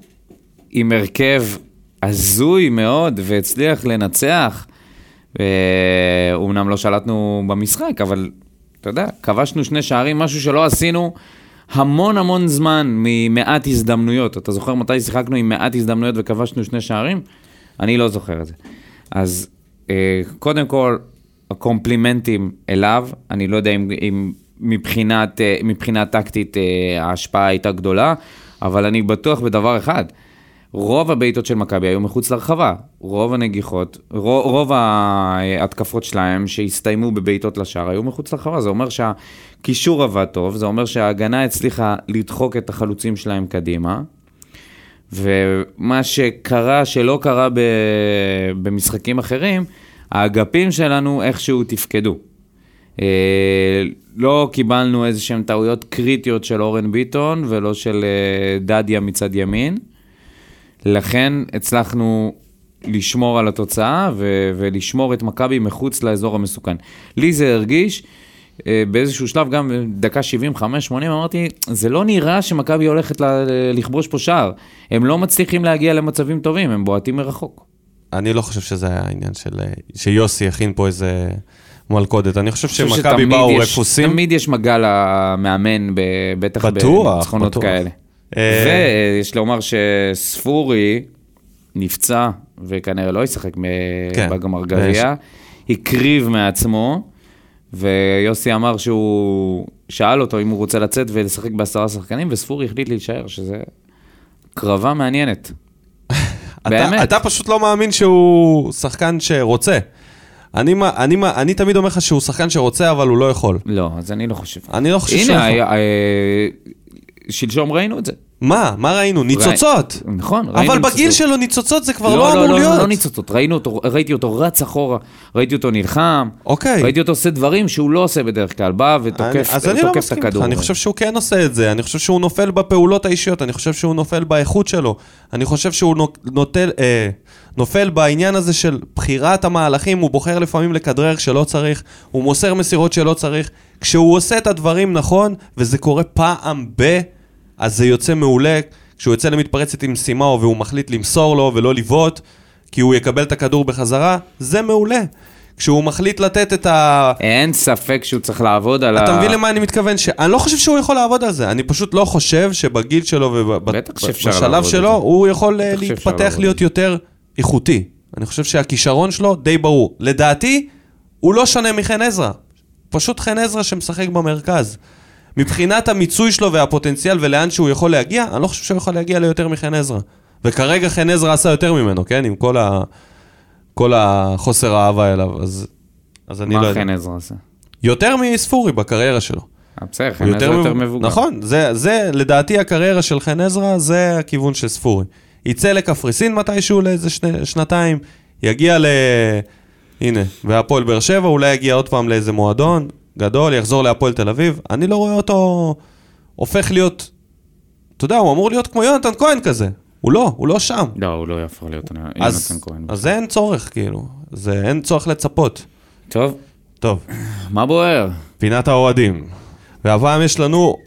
עם הרכב הזוי מאוד, והצליח לנצח, ואומנם לא שלטנו במשחק, אבל אתה יודע, כבשנו שני שערים, משהו שלא עשינו המון המון זמן ממעט הזדמנויות. אתה זוכר מתי שיחקנו עם מעט הזדמנויות וכבשנו שני שערים? אני לא זוכר את זה. אז קודם כל, הקומפלימנטים אליו, אני לא יודע אם, אם מבחינת, מבחינת טקטית ההשפעה הייתה גדולה, אבל אני בטוח בדבר אחד, רוב הביתות של מכבי היו מחוץ לרחבה, רוב הנגיחות, רוב, רוב ההתקפות שלהם שהסתיימו בביתות לשער היו מחוץ לרחבה, זה אומר שהקישור עבד טוב, זה אומר שההגנה הצליחה לדחוק את החלוצים שלהם קדימה, ומה שקרה, שלא קרה במשחקים אחרים, האגפים שלנו איכשהו תפקדו. אה, לא קיבלנו איזה שהן טעויות קריטיות של אורן ביטון, ולא של אה, דדיה מצד ימין. לכן הצלחנו לשמור על התוצאה, ו- ולשמור את מכבי מחוץ לאזור המסוכן. לי זה הרגיש באיזשהו שלב, גם דקה שבעים וחמש שמונים, אמרתי, זה לא נראה שמכבי הולכת לכבוש פה שער. הם לא מצליחים להגיע למצבים טובים, הם בועטים מרחוק. אני לא חושב שזה היה העניין של... שיוסי הכין פה איזה מלכודת. אני חושב שמכבי באו רפוסים. תמיד יש מגע למאמן, בטח בניצחונות כאלה. ויש לומר שספורי נפצע, וכנראה לא ישחק בגמר גביע, הקריב מעצמו, ויוסי אמר שהוא שאל אותו אם הוא רוצה לצאת ולשחק בעשרה שחקנים, וספורי החליט להישאר, שזה קרבה מעניינת. באמת. אתה פשוט לא מאמין שהוא שחקן שרוצה. אני, אני, אני תמיד אומר לך שהוא שחקן שרוצה, אבל הוא לא יכול. לא, אז אני לא חושב. אני לא חושב שהוא יכול. הנה, שלשום ראינו את זה. מה? מה ראינו? ניצוצות. נכון, ראינו אבל בגיל שלו ניצוצות זה כבר לא אמור להיות. לא, לא ניצוצות. ראיתי אותו רץ אחורה, ראיתי אותו נלחם, אוקיי. ראיתי אותו עושה דברים שהוא לא עושה בדרך כלל, בא ותוקף את הכדור. אני חושב שהוא כן עושה את זה, אני חושב שהוא נופל בפעולות האישיות, אני חושב שהוא נופל באיכות שלו, אני חושב שהוא נוטל, אה, נופל בעניין הזה של בחירת המהלכים, הוא בוחר לפעמים לכדרר שלא צריך, הוא מוסר מסירות שלא צריך, כשהוא עושה את הדברים נכון, וזה קורה פעם ב... אז זה יוצא מעולה, כשהוא יוצא למתפרצת עם סימאו והוא מחליט למסור לו ולא לבעוט, כי הוא יקבל את הכדור בחזרה, זה מעולה. כשהוא מחליט לתת את ה... אין ספק שהוא צריך לעבוד על ה... אתה מבין למה אני מתכוון? ש... אני לא חושב שהוא יכול לעבוד על זה, אני פשוט לא חושב שבגיל שלו ובשלב שלו, הוא יכול להתפתח להיות יותר איכותי. אני חושב שהכישרון שלו די ברור. לדעתי, הוא לא שונה מחן עזרא. פשוט חן עזרא שמשחק במרכז. מבחינת המיצוי שלו והפוטנציאל ולאן שהוא יכול להגיע, אני לא חושב שהוא יכול להגיע ליותר מחן עזרא. וכרגע חן עזרא עשה יותר ממנו, כן? עם כל, ה... כל החוסר האהבה אליו. אז, אז אני לא יודע. מה חן עזרא עשה? יותר מספורי בקריירה שלו. בסדר, חן עזרא יותר מבוגר. נכון, זה, זה, לדעתי הקריירה של חן עזרא, זה הכיוון של ספורי. יצא לקפריסין מתישהו לאיזה שני, שנתיים, יגיע ל... הנה, והפועל באר שבע, אולי יגיע עוד פעם לאיזה מועדון, גדול, יחזור להפועל תל אביב, אני לא רואה אותו הופך להיות, אתה יודע, הוא אמור להיות כמו יונתן כהן כזה, הוא לא, הוא לא שם. לא, הוא לא יהפוך להיות יונתן כהן. אז זה אין צורך, כאילו, זה אין צורך לצפות. טוב. טוב. מה בוער? פינת האוהדים. והפעם יש לנו...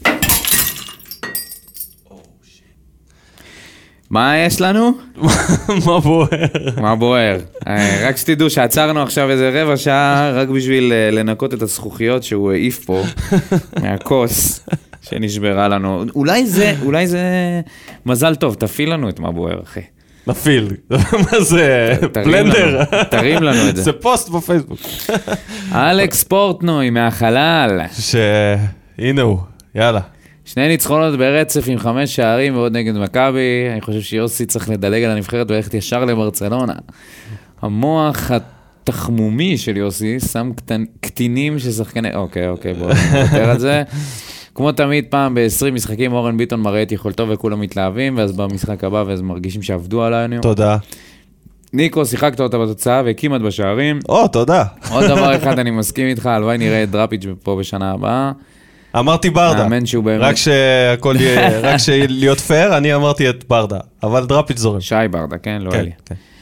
מה יש לנו? מה בוער? מה בוער? רק שתדעו שעצרנו עכשיו איזה רבע שעה, רק בשביל לנקות את הזכוכיות שהוא העיף פה, מהכוס שנשברה לנו. אולי זה, אולי זה מזל טוב, תפיל לנו את מה בוער, אחי. נפיל. מה זה? בלנדר. תרים לנו את זה. זה פוסט בפייסבוק. אלכס פורטנוי מהחלל. שהנה הוא, יאללה. שני ניצחונות ברצף עם חמש שערים ועוד נגד מכבי. אני חושב שיוסי צריך לדלג על הנבחרת ולכת ישר לברצלונה. המוח התחמומי של יוסי שם קטינים ששחקני... אוקיי, אוקיי, בואו נוותר על זה. כמו תמיד, פעם ב-עשרים משחקים אורן ביטון מראה את יכולתו וכולם מתלהבים, ואז במשחק הבא ואז מרגישים שעבדו עלינו. תודה. ניקו, שיחקת אותה בתוצאה וכמעט בשערים. או, תודה. עוד דבר אחד, אני מסכים איתך, הלוואי נראה את דראפיץ' פה בשנה הבאה. אמרתי ברדה, רק שהכל יהיה, רק שלהיות פייר, אני אמרתי את ברדה, אבל דראפיץ' זורם. שי ברדה, כן, לא אלי.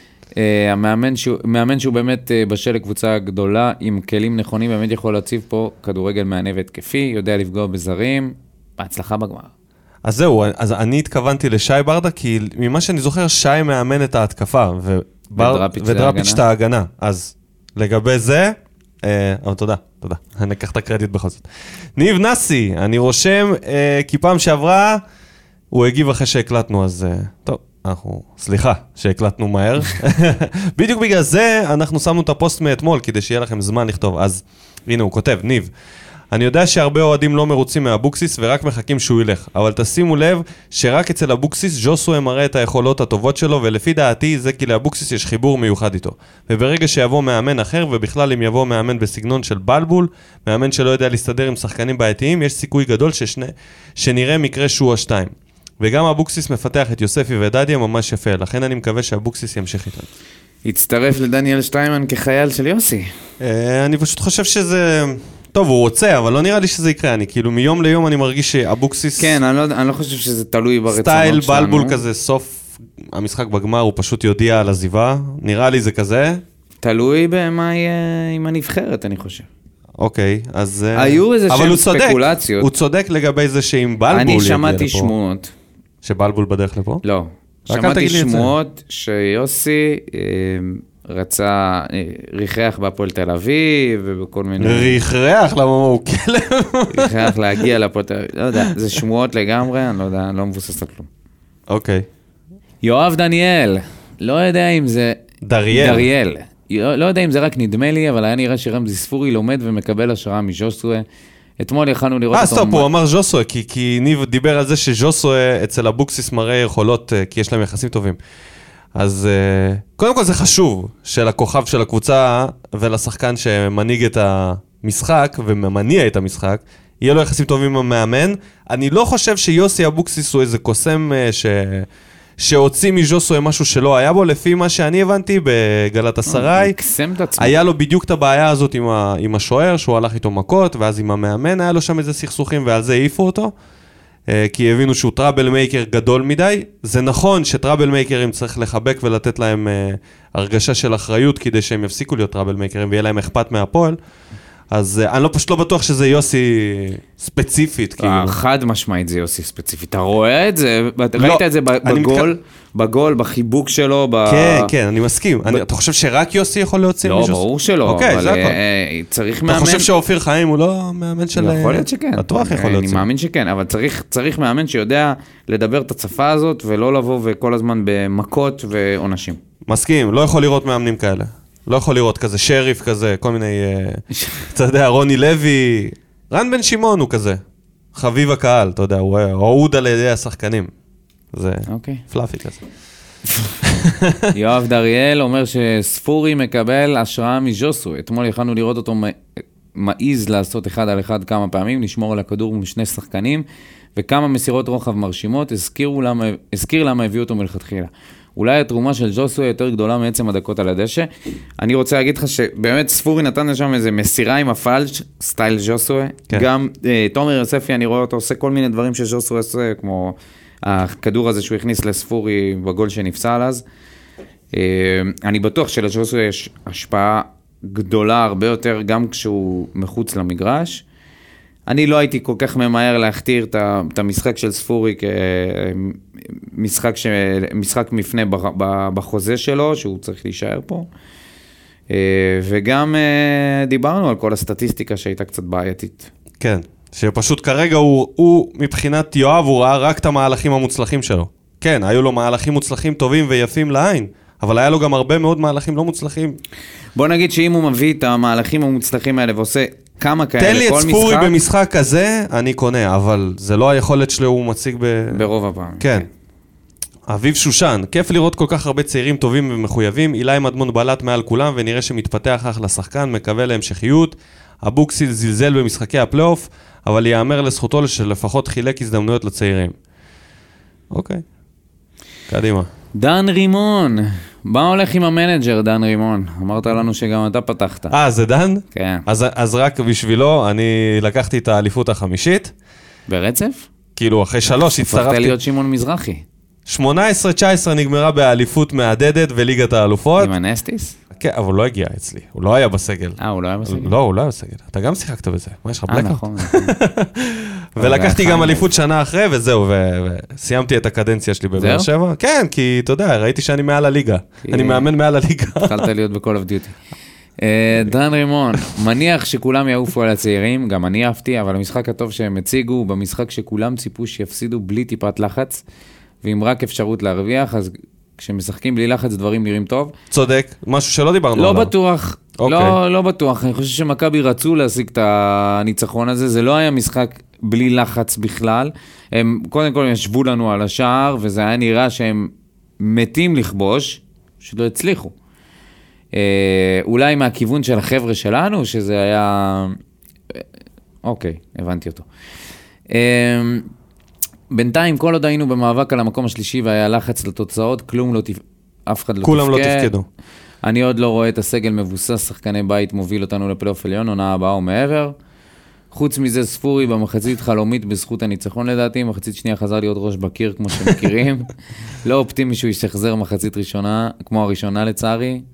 המאמן שהוא באמת בשל לקבוצה גדולה, עם כלים נכונים, באמת יכול להציב פה כדורגל מענה והתקפי, יודע לפגוע בזרים, בהצלחה בגמר. אז זהו, אז אני התכוונתי לשי ברדה, כי ממה שאני זוכר, שי מאמן את ההתקפה, ודראפיץ' את ההגנה. אז לגבי זה... אבל תודה, תודה. אני אקח את הקרדיט בכל זאת. ניב נסי, אני רושם, כי פעם שעברה, הוא הגיב אחרי שהקלטנו, אז טוב, אנחנו, סליחה, שהקלטנו מהר. בדיוק בגלל זה, אנחנו שמנו את הפוסט מאתמול, כדי שיהיה לכם זמן לכתוב. אז הנה, הוא כותב, ניב, אני יודע שהרבה אוהדים לא מרוצים מהבוקסיס ורק מחכים שהוא ילך, אבל תשימו לב שרק אצל הבוקסיס ז'וסווה מראה את היכולות הטובות שלו, ולפי דעתי זה כי לאבוקסיס יש חיבור מיוחד איתו. וברגע שיבוא מאמן אחר, ובכלל אם יבוא מאמן בסגנון של בלבול, מאמן שלא יודע להסתדר עם שחקנים בעייתיים, יש סיכוי גדול ששני, שנראה מקרה שועה שתיים. וגם הבוקסיס מפתח את יוספי ודדיה ממש יפה, לכן אני מקווה שהבוקסיס ימשיך איתנו. יצטרף לדניאל שטיימן כחייל של יוסי. אני פשוט חושב שזה... טוב, הוא רוצה, אבל לא נראה לי שזה יקרה. אני כאילו מיום ליום אני מרגיש שאבוקסיס... כן, אני לא, אני לא חושב שזה תלוי ברצונות שלנו. סטייל בלבול כזה, סוף המשחק בגמר, הוא פשוט יודיע על עזיבה. נראה לי זה כזה. תלוי במה יהיה עם הנבחרת, אני חושב. אוקיי, אז... היו איזה שם ספקולציות. הוא צודק לגבי זה שאם בלבול יגיע לפה. אני שמעתי שמועות. שבלבול בדרך לפה? לא. שמעתי שמועות שיוסי רצה, ריחח בהפועל תל אביב ובכל מיני... ריחח? למה הוא כלב? ריחח להגיע להפועל תל אביב. לא יודע, זה שמועות לגמרי, אני לא יודע, לא מבוסס על כלום. אוקיי. יואב דניאל, לא יודע אם זה... דריאל. דריאל. לא יודע אם זה רק נדמה לי, אבל היה נראה שרמזי ספורי לומד ומקבל השראה מז'וסואה. אתמול יכלנו לראות אותו... אה, סטופ, הוא אמר ז'וסואה, כי, כי ניב דיבר על זה שז'וסואה אצל אבוקסיס מראה יכולות, כי יש להם יחסים טובים. אז קודם כל זה חשוב, שלכוכב של הקבוצה ולשחקן שמנהיג את המשחק ומניע את המשחק, יהיה לו יחסים טובים עם המאמן. אני לא חושב שיוסי אבוקסיס הוא איזה קוסם ש... שהוציא מז'וסואה משהו שלא היה בו, לפי מה שאני הבנתי בגלת הסריי, היה לו בדיוק את הבעיה הזאת עם, ה, עם השוער, שהוא הלך איתו מכות, ואז עם המאמן היה לו שם איזה סכסוכים, ועל זה העיפו אותו, כי הבינו שהוא טראבל מייקר גדול מדי. זה נכון שטראבל מייקרים צריך לחבק ולתת להם הרגשה של אחריות, כדי שהם יפסיקו להיות טראבל מייקרים, ויהיה להם אכפת מהפועל, אז אני לא פשוט לא בטוח שזה יוסי ספציפית. חד משמעית זה יוסי ספציפית. אתה רואה את זה? ראית את זה בגול? בגול, בחיבוק שלו? כן, כן, אני מסכים. אתה חושב שרק יוסי יכול להוציא מישהו? לא, ברור שלא. אוקיי, זה הכל. צריך מאמן... אתה חושב שאופיר חיים הוא לא מאמן של... יכול להיות שכן. בטוח יכול להוציא. אני מאמין שכן, אבל צריך מאמן שיודע לדבר את השפה הזאת, ולא לבוא וכל הזמן במכות ועונשים. מסכים, לא יכול לראות מאמנים כאלה. לא יכול לראות כזה שריף כזה, כל מיני, אתה יודע, רוני לוי, רן בן שמעון הוא כזה, חביב הקהל, אתה יודע, הוא אהוד על ידי השחקנים. זה פלאפי כזה. יואב דריאל אומר שספורי מקבל השראה מז'וסו. אתמול יכלנו לראות אותו מעיז לעשות אחד על אחד כמה פעמים, לשמור על הכדור עם שני שחקנים, וכמה מסירות רוחב מרשימות, הזכיר למה הביאו אותו מלכתחילה. אולי התרומה של ז'וסואה יותר גדולה מעצם הדקות על הדשא. אני רוצה להגיד לך שבאמת ספורי נתן לשם איזה מסירה עם הפלש, סטייל ז'וסואה. כן. גם אה, תומר יוספי, אני רואה אותו עושה כל מיני דברים שז'וסואה עושה, כמו הכדור הזה שהוא הכניס לספורי בגול שנפסל אז. אה, אני בטוח שלז'וסואה יש השפעה גדולה הרבה יותר, גם כשהוא מחוץ למגרש. אני לא הייתי כל כך ממהר להכתיר את המשחק של ספורי כמשחק ש... משחק מפנה בחוזה שלו, שהוא צריך להישאר פה. וגם דיברנו על כל הסטטיסטיקה שהייתה קצת בעייתית. כן, שפשוט כרגע הוא, הוא מבחינת יואב, הוא ראה רק את המהלכים המוצלחים שלו. כן, היו לו מהלכים מוצלחים טובים ויפים לעין, אבל היה לו גם הרבה מאוד מהלכים לא מוצלחים. בוא נגיד שאם הוא מביא את המהלכים המוצלחים האלה ועושה כמה כאלה, תן לי את ספורי משחק... במשחק כזה, אני קונה, אבל זה לא היכולת שלו, הוא מציג ב... ברוב הפעם. כן. כן. אביב שושן, כיף לראות כל כך הרבה צעירים טובים ומחויבים, אילי מדמון בלט מעל כולם, ונראה שמתפתח אחלה שחקן, מקווה להמשכיות. אבוקסיס זלזל במשחקי הפלייאוף, אבל יאמר לזכותו שלפחות חילק הזדמנויות לצעירים. אוקיי. קדימה. דן רימון, מה הולך עם המנג'ר דן רימון? אמרת לנו שגם אתה פתחת. אה, זה דן? כן. אז, אז רק בשבילו, אני לקחתי את האליפות החמישית. ברצף? כאילו, אחרי שלוש הצטרפתי. הפכת להיות שמעון מזרחי. שמונה עשרה תשע עשרה נגמרה באליפות מהדדת וליגת האלופות. עם הנסטיס? כן, אבל הוא לא הגיע אצלי. הוא לא היה בסגל. אה, הוא לא היה בסגל? לא, הוא לא היה בסגל. אתה גם שיחקת בזה. מה, יש לך בלקאוט? אה, נכון. ולקחתי גם אליפות שנה אחרי, וזהו, וסיימתי את הקדנציה שלי בבאר שבע. כן, כי אתה יודע, ראיתי שאני מעל הליגה. אני מאמן מעל הליגה. התחלת להיות בכל אוף דיוטי. דן רימון, מניח שכולם יעופו על הצעירים, גם אני אהבתי, אבל המשחק הטוב שהם הציגו, במשחק שכולם ציפו שיפסידו בלי טיפת לחץ, ועם רק אפשרות להרוויח, אז כשמשחקים בלי לחץ דברים נראים טוב. צודק, משהו שלא דיברנו עליו. לא בטוח, לא, לא בטוח. אני חושב שמכבי רצו להשיג את הניצחון הזה, זה לא היה משחק בלי לחץ בכלל. הם קודם כל ישבו לנו על השער, וזה היה נראה שהם מתים לכבוש, שלא הצליחו. אולי מהכיוון של החבר'ה שלנו, שזה היה... אוקיי, הבנתי אותו. בינתיים, כל עוד היינו במאבק על המקום השלישי והיה לחץ לתוצאות, כלום לא, אף אחד לא תפקד. כולם לא תפקדו. אני עוד לא רואה את הסגל מבוסס, שחקני בית מוביל אותנו לפלייאוף עליון, עונה הבאה ומעבר. חוץ מזה, ספורי במחצית חלומית בזכות הניצחון לדעתי, מחצית שנייה חזר להיות ראש בקיר כמו שמכירים. לא אופטימי שהוא ישחזר מחצית ראשונה, כמו הראשונה לצערי.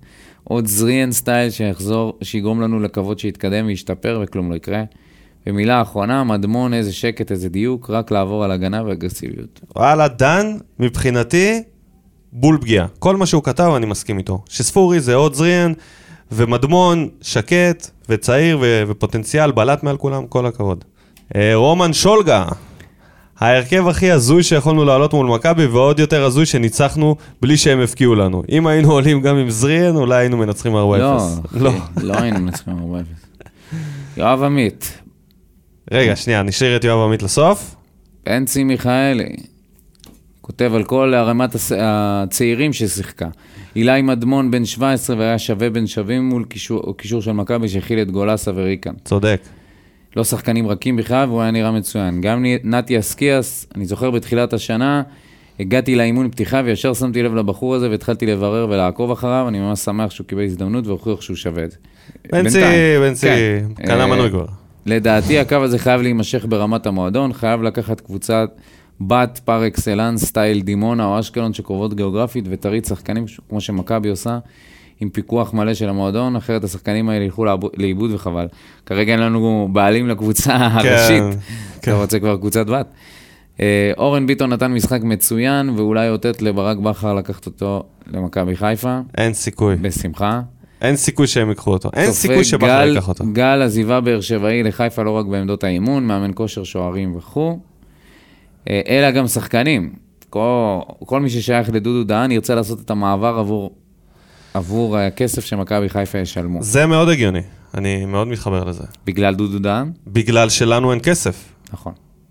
עוד זריאן סטייל שיחזור, שיגרום לנו לקוות שיתקדם וישתפר וכלום לא יקרה. ומילה האחרונה, מדמון, איזה שקט, איזה דיוק, רק לעבור על הגנה ואגרסיביות. וואלה, דן, מבחינתי, בול פגיעה. כל מה שהוא כתב, אני מסכים איתו. שספורי זה עוד זריאן, ומדמון, שקט, וצעיר, ו- ופוטנציאל, בלט מעל כולם, כל הכבוד. רומן שולגה, ההרכב הכי הזוי שיכולנו לעלות מול מכבי, ועוד יותר הזוי שניצחנו בלי שהם הפקיעו לנו. אם היינו עולים גם עם זריאן, אולי היינו מנצחים ארבע אפס. לא, לא, לא היינו מנצחים ארבע אפס. יואב עמית. רגע, שנייה, נשאיר את יואב עמית לסוף. בנצי מיכאלי. כותב על כל הרמת הצעירים ששיחקה. אילי מדמון בן שבע עשרה והיה שווה בן שווים מול קישור, קישור של מכבי שהכיל את גולסה וריקן. צודק. לא שחקנים רכים בכלל, והוא היה נראה מצוין. גם נתי אסקיאס, אני זוכר בתחילת השנה, הגעתי לאימון פתיחה וישר שמתי לב לבחור הזה והתחלתי לברר ולעקוב אחריו, אני ממש שמח שהוא קיבל הזדמנות והוכיח שהוא שווה את זה. בנצי, בנצי, קנה מנוי כבר. לדעתי הקו הזה חייב להימשך ברמת המועדון, חייב לקחת קבוצת בת פר אקסלנס, סטייל דימונה או אשקלון שקרובות גיאוגרפית ותריץ שחקנים כמו שמכבי עושה, עם פיקוח מלא של המועדון, אחרת השחקנים האלה ילכו לאיבוד וחבל. כרגע אין לנו בעלים לקבוצה הראשית, אתה רוצה כבר קבוצת בת. אורן ביטון נתן משחק מצוין, ואולי אותת לברק בכר לקחת אותו למכבי חיפה. אין סיכוי. בשמחה. אין סיכוי שהם יקחו אותו. אין סיכוי שבכר יקח אותו. גל עזיבה באר שבעי לחיפה לא רק בעמדות האימון, מאמן כושר שוערים וכו'. אלא גם שחקנים. כל, כל מי ששייך לדודו דהן ירצה לעשות את המעבר עבור, עבור הכסף שמכבי חיפה ישלמו. זה מאוד הגיוני. אני מאוד מתחבר לזה. בגלל דודו דהן? בגלל שלנו אין כסף. נכון.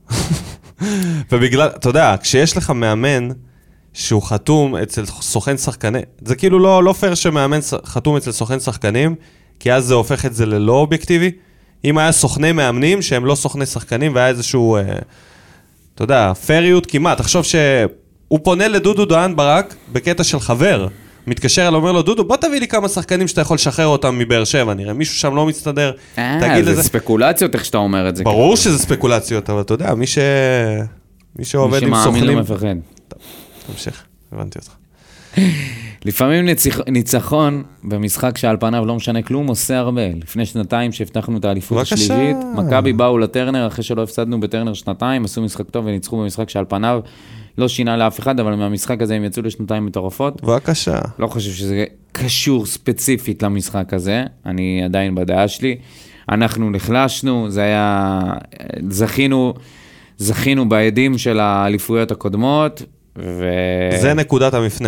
ובגלל, אתה יודע, כשיש לך מאמן שהוא חתום אצל סוכן שחקנים, זה כאילו לא, לא פייר שמאמן חתום אצל סוכן שחקנים, כי אז זה הופך את זה ללא אובייקטיבי. אם היה סוכני מאמנים שהם לא סוכני שחקנים, והיה איזשהו, אתה יודע, פייריות כמעט. תחשוב שהוא פונה לדודו דהן ברק בקטע של חבר, מתקשר אליו, אומר לו, דודו, בוא תביא לי כמה שחקנים שאתה יכול לשחרר אותם מבאר שבע, נראה, מישהו שם לא מצטדר. אה, זה ספקולציות, איך שאתה אומר את זה. ברור שזה ספקולציות, אבל אתה יודע, מי ש... מי שעובד עם סוכנים... מי שמאמין לא מפחד. תמשיך, הבנתי אותך. לפעמים ניצחון במשחק שעל פניו לא משנה כלום, עושה הרבה. לפני שנתיים שהבטחנו את האליפות השלישית, מכבי באו לטרנר, אחרי שלא הפסדנו בטרנר שנתיים, עשו משחק טוב וניצחו במשחק שעל פניו לא שינה לאף אחד, אבל מהמשחק הזה הם יצאו לשנתיים מטורפות. בבקשה. לא חושב שזה קשור ספציפית למשחק הזה, אני עדיין בדעה שלי. אנחנו נחלשנו, זה היה... זכינו, זכינו בעדים של האליפויות הקודמות, ו... זה נקודת המפנה.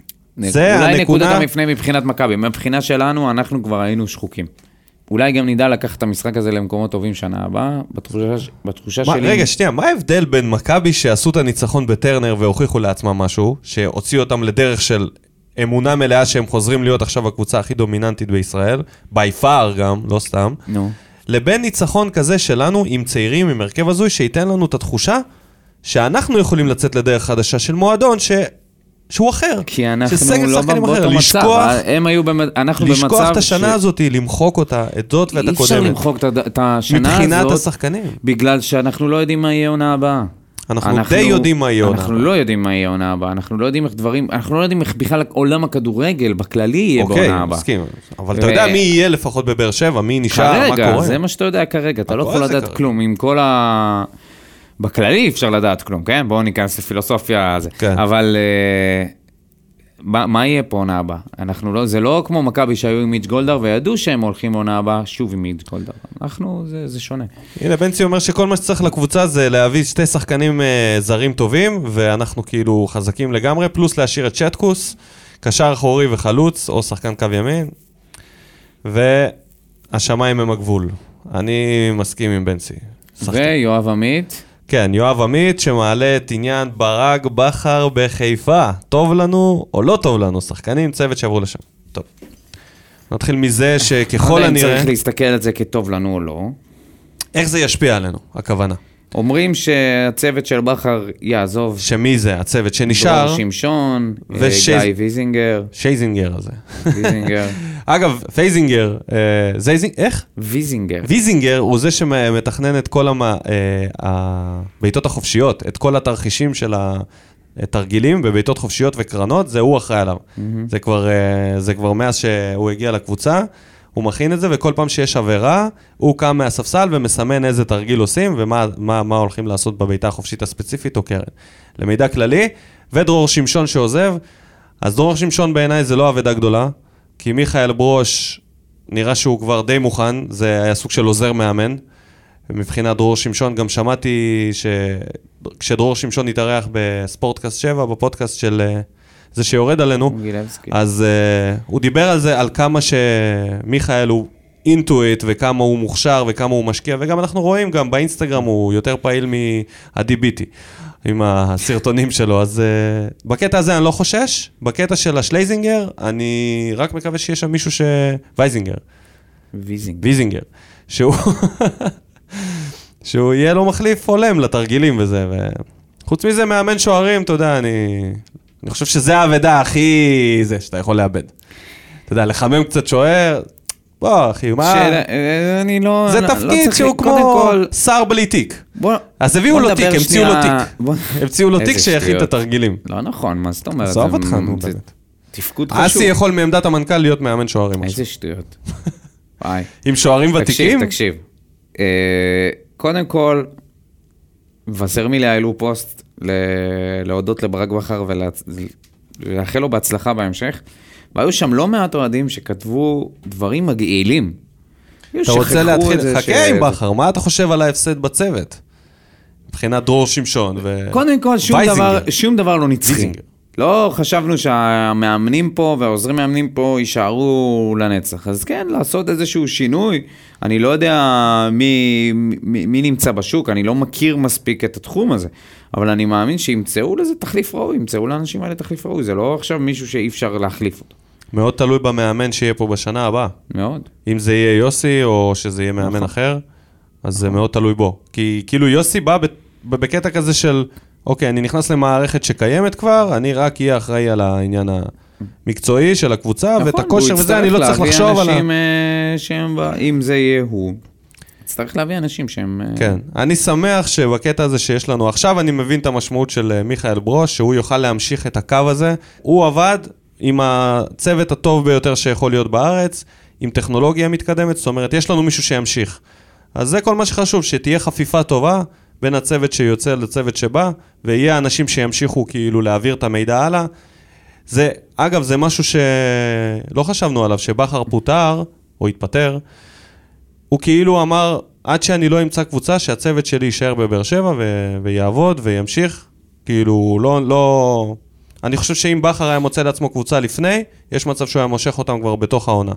זה אולי הנקודה... נקודת המפנה מבחינת מכבי. מבחינה שלנו, אנחנו כבר היינו שחוקים. אולי גם נדע לקחת את המשחק הזה למקומות טובים שנה הבאה, בתחושה, בתחושה מה, שלי... רגע, שנייה, מה ההבדל בין מכבי שעשו את הניצחון בטרנר והוכיחו לעצמם משהו, שהוציאו אותם לדרך של אמונה מלאה שהם חוזרים להיות עכשיו הקבוצה הכי דומיננטית בישראל, by far גם, לא סתם, no. לבין ניצחון כזה שלנו עם צעירים, עם הרכב הזוי, שייתן לנו את התחושה שאנחנו יכולים לצאת לדרך חדשה של מועדון ש... שהוא אחר. כי אנחנו לא באותו מצב. לשכוח, הם היו במ... אנחנו לשכוח במצב... לשכוח את השנה ש... הזאת, למחוק אותה, את זאת ואת הקודמת. אי אפשר למחוק את השנה מבחינת הזאת. השחקנים. בגלל שאנחנו לא יודעים מה יהיה עונה הבאה. אנחנו, אנחנו די יודעים מה יהיה עונה הבאה. אנחנו לא יודעים מה יהיה עונה הבאה. אנחנו לא יודעים איך דברים... אנחנו לא יודעים איך בכלל עולם הכדורגל בכללי יהיה אוקיי, בעונה הבאה. מסכים. אבל ו... אתה יודע מי יהיה לפחות בבאר שבע, מי נשאר, מה קורה. כרגע, זה מה שאתה יודע כרגע. אתה לא יכול לדעת כלום. עם כל ה... בכללי אפשר לדעת כלום, כן? בואו ניכנס לפילוסופיה הזה. כן. אבל מה, מה יהיה פה עונה הבאה? אנחנו לא, זה לא כמו מכבי שהיו עם מיץ' גולדהר וידעו שהם הולכים עונה הבאה שוב עם מיץ' גולדהר. אנחנו, זה, זה שונה. הנה, בנצי אומר שכל מה שצריך לקבוצה זה להביא שתי שחקנים uh, זרים טובים, ואנחנו כאילו חזקים לגמרי, פלוס להשאיר את שטקוס, קשר אחורי וחלוץ, או שחקן קו ימין, והשמיים הם הגבול. אני מסכים עם בנצי. ויואב עמית? כן, יואב עמית שמעלה את עניין ברק בכר בחיפה. טוב לנו או לא טוב לנו? שחקנים, צוות שעברו לשם. טוב. נתחיל מזה שככל הנראה... צריך להסתכל על זה כטוב לנו או לא. איך זה ישפיע עלינו, הכוונה? אומרים שהצוות של בכר יעזוב. שמי זה? הצוות שנשאר. דרור שמשון, וש... גיא ויזינגר. שייזינגר הזה. ויזינגר. אגב, פייזינגר, אה, זייזינג... איך? ויזינגר. ויזינגר הוא זה שמתכנן את כל המה, אה, הבעיטות החופשיות, את כל התרחישים של תרגילים בביתות חופשיות וקרנות, זה הוא אחראי עליו. Mm-hmm. זה כבר, זה כבר מאז שהוא הגיע לקבוצה, הוא מכין את זה, וכל פעם שיש עבירה, הוא קם מהספסל ומסמן איזה תרגיל עושים, ומה מה, מה הולכים לעשות בביתה החופשית הספציפית או קרן. למידע כללי, ודרור שמשון שעוזב, אז דרור שמשון בעיניי זה לא עבודה גדולה, כי מיכאל ברוש נראה שהוא כבר די מוכן, זה היה סוג של עוזר מאמן, מבחינת דרור שמשון, גם שמעתי שכשדרור שמשון התארח בספורטקאסט שבע, בפודקאסט של זה שיורד עלינו, אז uh, הוא דיבר על זה, על כמה שמיכאל הוא אינטואיט, וכמה הוא מוכשר, וכמה הוא משקיע, וגם אנחנו רואים, גם באינסטגרם הוא יותר פעיל מהדי בי טי, עם הסרטונים שלו, אז uh, בקטע הזה אני לא חושש, בקטע של השלייזינגר, אני רק מקווה שיש שם מישהו ש... וייזינגר. ויזינגר. ויזינגר. שהוא... שהוא יהיה לו מחליף עולם לתרגילים וזה, וחוץ מזה מאמן שוערים, אתה יודע, אני, אני חושב שזה העבודה הכי זה שאתה יכול לאבד. אתה יודע, לחמם קצת שוער, בוא אחי, מה? אני לא... זה תפקיד שהוא כמו שר בלי תיק. אז הביאו לו תיק, המציאו לו תיק. המציאו לו תיק שיכין את התרגילים. לא נכון, מה זאת אומרת? עזוב אותך, נו באמת. תפקוד חשוב. אסי יכול מעמדת המנכ"ל להיות מאמן שוערים. איזה שטויות. ביי. עם שוערים ותיקים? תקשיב, תקשיב. קודם כל, וסרמילי העלו פוסט להודות לברק בכר ולאחל לו בהצלחה בהמשך, והיו שם לא מעט אוהדים שכתבו דברים מגעילים. אתה רוצה להתחיל, חכה עם בכר, מה אתה חושב על ההפסד בצוות? מבחינת דרור שמשון ו... קודם כל, שום דבר לא נצחי. לא חשבנו שהמאמנים פה והעוזרים מאמנים פה יישארו לנצח. אז כן, לעשות איזשהו שינוי. אני לא יודע מי, מי, מי נמצא בשוק, אני לא מכיר מספיק את התחום הזה. אבל אני מאמין שימצאו לזה תחליף ראוי, ימצאו לאנשים האלה תחליף ראוי. זה לא עכשיו מישהו שאי אפשר להחליף אותו. מאוד תלוי במאמן שיהיה פה בשנה הבאה. מאוד. אם זה יהיה יוסי או שזה יהיה מאמן אחר, אז זה מאוד תלוי בו. כי כאילו יוסי בא בקטע כזה של... אוקיי, אני נכנס למערכת שקיימת כבר, אני רק אהיה אחראי על העניין המקצועי של הקבוצה, ואת הכושר וזה אני לא צריך לחשוב על... נכון, הוא יצטרך להביא אנשים שהם, אם זה יהיה הוא, יצטרך להביא אנשים שהם... כן, אני שמח שבקטע הזה שיש לנו עכשיו, אני מבין את המשמעות של מיכאל ברוש, שהוא יוכל להמשיך את הקו הזה. הוא עבד עם הצוות הטוב ביותר שיכול להיות בארץ, עם טכנולוגיה מתקדמת, זאת אומרת, יש לנו מישהו שימשיך. אז זה כל מה שחשוב, שתהיה חפיפה טובה, בין הצוות שיוצא לצוות שבא, ויהיה אנשים שימשיכו כאילו להעביר את המידע הלאה. זה, אגב, זה משהו שלא חשבנו עליו, שבכר פוטר, או התפטר, הוא כאילו אמר, עד שאני לא אמצא קבוצה, שהצוות שלי יישאר בבאר שבע, ו- ויעבוד וימשיך. כאילו, לא, לא... אני חושב שאם בכר היה מוצא לעצמו קבוצה לפני, יש מצב שהוא היה מושך אותם כבר בתוך העונה.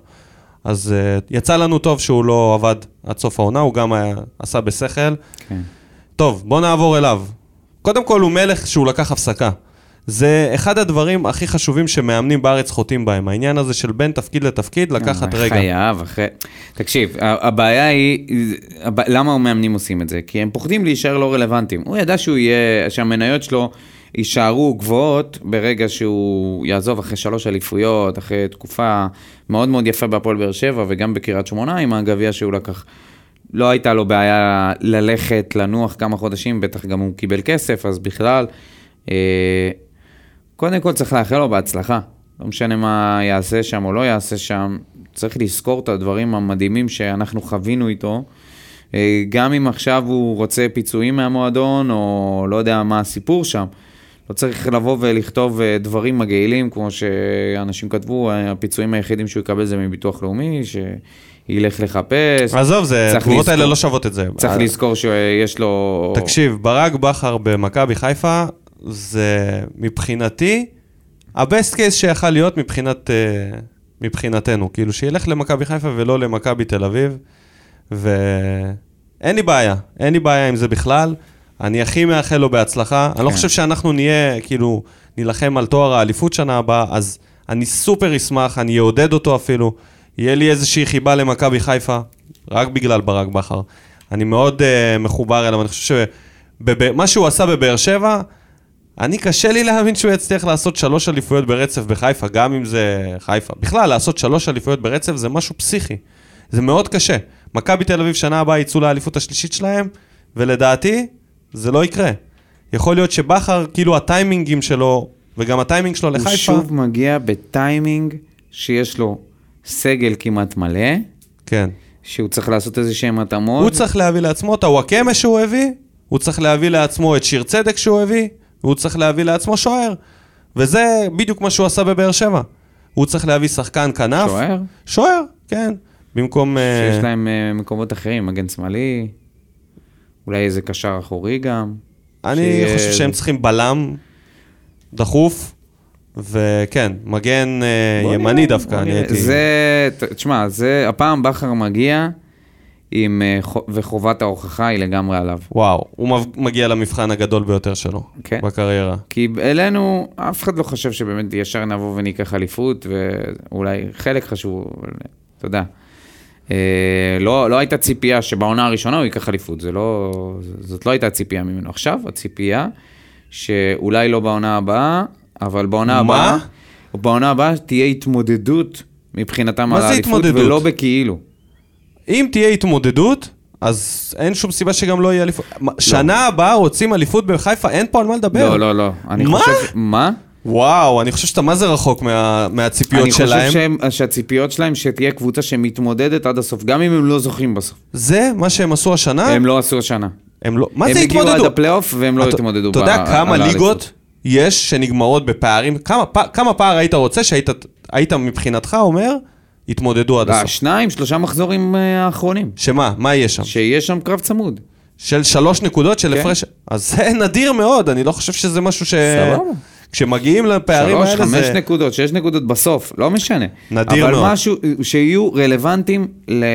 אז uh, יצא לנו טוב שהוא לא עבד עד סוף העונה, הוא גם היה, עשה בשכל. כן. טוב, בוא נעבור אליו. קודם כל הוא מלך שהוא לקח הפסקה. זה אחד הדברים הכי חשובים שמאמנים בארץ חוטאים בהם. העניין הזה של בין תפקיד לתפקיד, לקחת רגע. חייב, אחרי... תקשיב, הבעיה היא, למה המאמנים עושים את זה? כי הם פוחדים להישאר לא רלוונטיים. הוא ידע שהוא יהיה, שהמניות שלו יישארו גבוהות ברגע שהוא יעזוב אחרי שלוש אליפויות, אחרי תקופה מאוד מאוד יפה בהפועל באר שבע, וגם בקריית שמונה עם הגביע שהוא לקח. לא הייתה לו בעיה ללכת, לנוח כמה חודשים, בטח גם הוא קיבל כסף, אז בכלל, אה, קודם כל צריך לאחל לו בהצלחה. לא משנה מה יעשה שם או לא יעשה שם, צריך לזכור את הדברים המדהימים שאנחנו חווינו איתו, אה, גם אם עכשיו הוא רוצה פיצויים מהמועדון, או לא יודע מה הסיפור שם, לא צריך לבוא ולכתוב דברים מגעילים, כמו שאנשים כתבו, הפיצויים היחידים שהוא יקבל זה מביטוח לאומי, שילך לחפש. עזוב, התגובות האלה לא שוות את זה. צריך לזכור שיש לו... תקשיב, ברק בכר במכבי חיפה, זה מבחינתי, הבסט קייס שיכל להיות מבחינת, מבחינתנו, כאילו שילך למכבי חיפה ולא למכבי תל אביב, ואין לי בעיה, אין לי בעיה עם זה בכלל, אני הכי מאחל לו בהצלחה, אני לא חושב שאנחנו נהיה, כאילו, נלחם על תואר האליפות שנה הבאה, אז אני סופר אשמח, אני יעודד אותו אפילו, יהיה לי איזושהי חיבה למכבי חיפה, רק בגלל ברק בכר. אני מאוד uh, מחובר אליו, אני חושב שמה שהוא עשה בבאר שבע, אני קשה לי להאמין שהוא יצליח לעשות שלוש אליפויות ברצף בחיפה, גם אם זה חיפה. בכלל, לעשות שלוש אליפויות ברצף זה משהו פסיכי. זה מאוד קשה. מכבי תל אביב שנה הבאה יצאו לאליפות השלישית שלהם, ולדעתי, זה לא יקרה. יכול להיות שבחר, כאילו הטיימינגים שלו, וגם הטיימינג שלו לחיפה... הוא שוב מגיע בטיימינג שיש לו סגל כמעט מלא, כן. שהוא צריך לעשות איזה שהם התאמות. הוא צריך להביא לעצמו את הוואקמה שהוא הביא, הוא צריך להביא לעצמו את שיר צדק שהוא הביא, והוא צריך להביא לעצמו שוער. וזה בדיוק מה שהוא עשה בבאר שבע. הוא צריך להביא שחקן כנף. שוער? שוער, כן. במקום... שיש להם מקומות אחרים, מגן שמאלי, אולי איזה קשר אחורי גם. אני חושב שהם צריכים בלם דחוף, וכן, מגן ימני דווקא, אני הייתי... זה, תשמע, זה, הפעם בחר מגיע, עם, וחובת ההוכחה היא לגמרי עליו. וואו, הוא מגיע למבחן הגדול ביותר שלו, כן. בקריירה. כי אלינו, אף אחד לא חושב שבאמת ישר נבוא וניקח אליפות, ואולי חלק חשוב, אתה יודע. לא, לא הייתה ציפייה שבעונה הראשונה הוא ייקח אליפות, זה לא, זאת לא הייתה ציפייה ממנו. עכשיו, הציפייה שאולי לא בעונה הבאה, אבל בעונה הבאה, בעונה הבאה תהיה התמודדות מבחינתם על האליפות, ולא בכאילו. אם תהיה התמודדות, אז אין שום סיבה שגם לא יהיה אליפות. שנה הבאה רוצים אליפות בחיפה, אין פה על מה לדבר. לא, לא, לא. מה? מה? וואו, אני חושב שאתה מה זה רחוק מה, מהציפיות שלהם. אני חושב שהם, שהציפיות שלהם שתהיה קבוצה שמתמודדת עד הסוף, גם אם הם לא זוכים בסוף. זה מה שהם עשו השנה? הם לא עשו השנה. הם לא, מה הם זה התמודדו? הם הגיעו עד הפלייאוף והם לא התמודדו. אתה יודע כמה ליגות יש שנגמרות בפערים? כמה, כמה פער היית רוצה שהיית היית מבחינתך אומר, התמודדו עד הסוף? שניים, שלושה מחזורים האחרונים. שמה? מה יהיה שם? שיש שם קרב צמוד. של שלוש נקודות של הפרש? אז זה נדיר מאוד, אני לא חושב שזה משהו ש... סבבה. כשמגיעים לפערים האלה זה... שלוש, חמש נקודות, שש נקודות בסוף, לא משנה. נדיר מאוד. אבל משהו שיהיו רלוונטיים ל...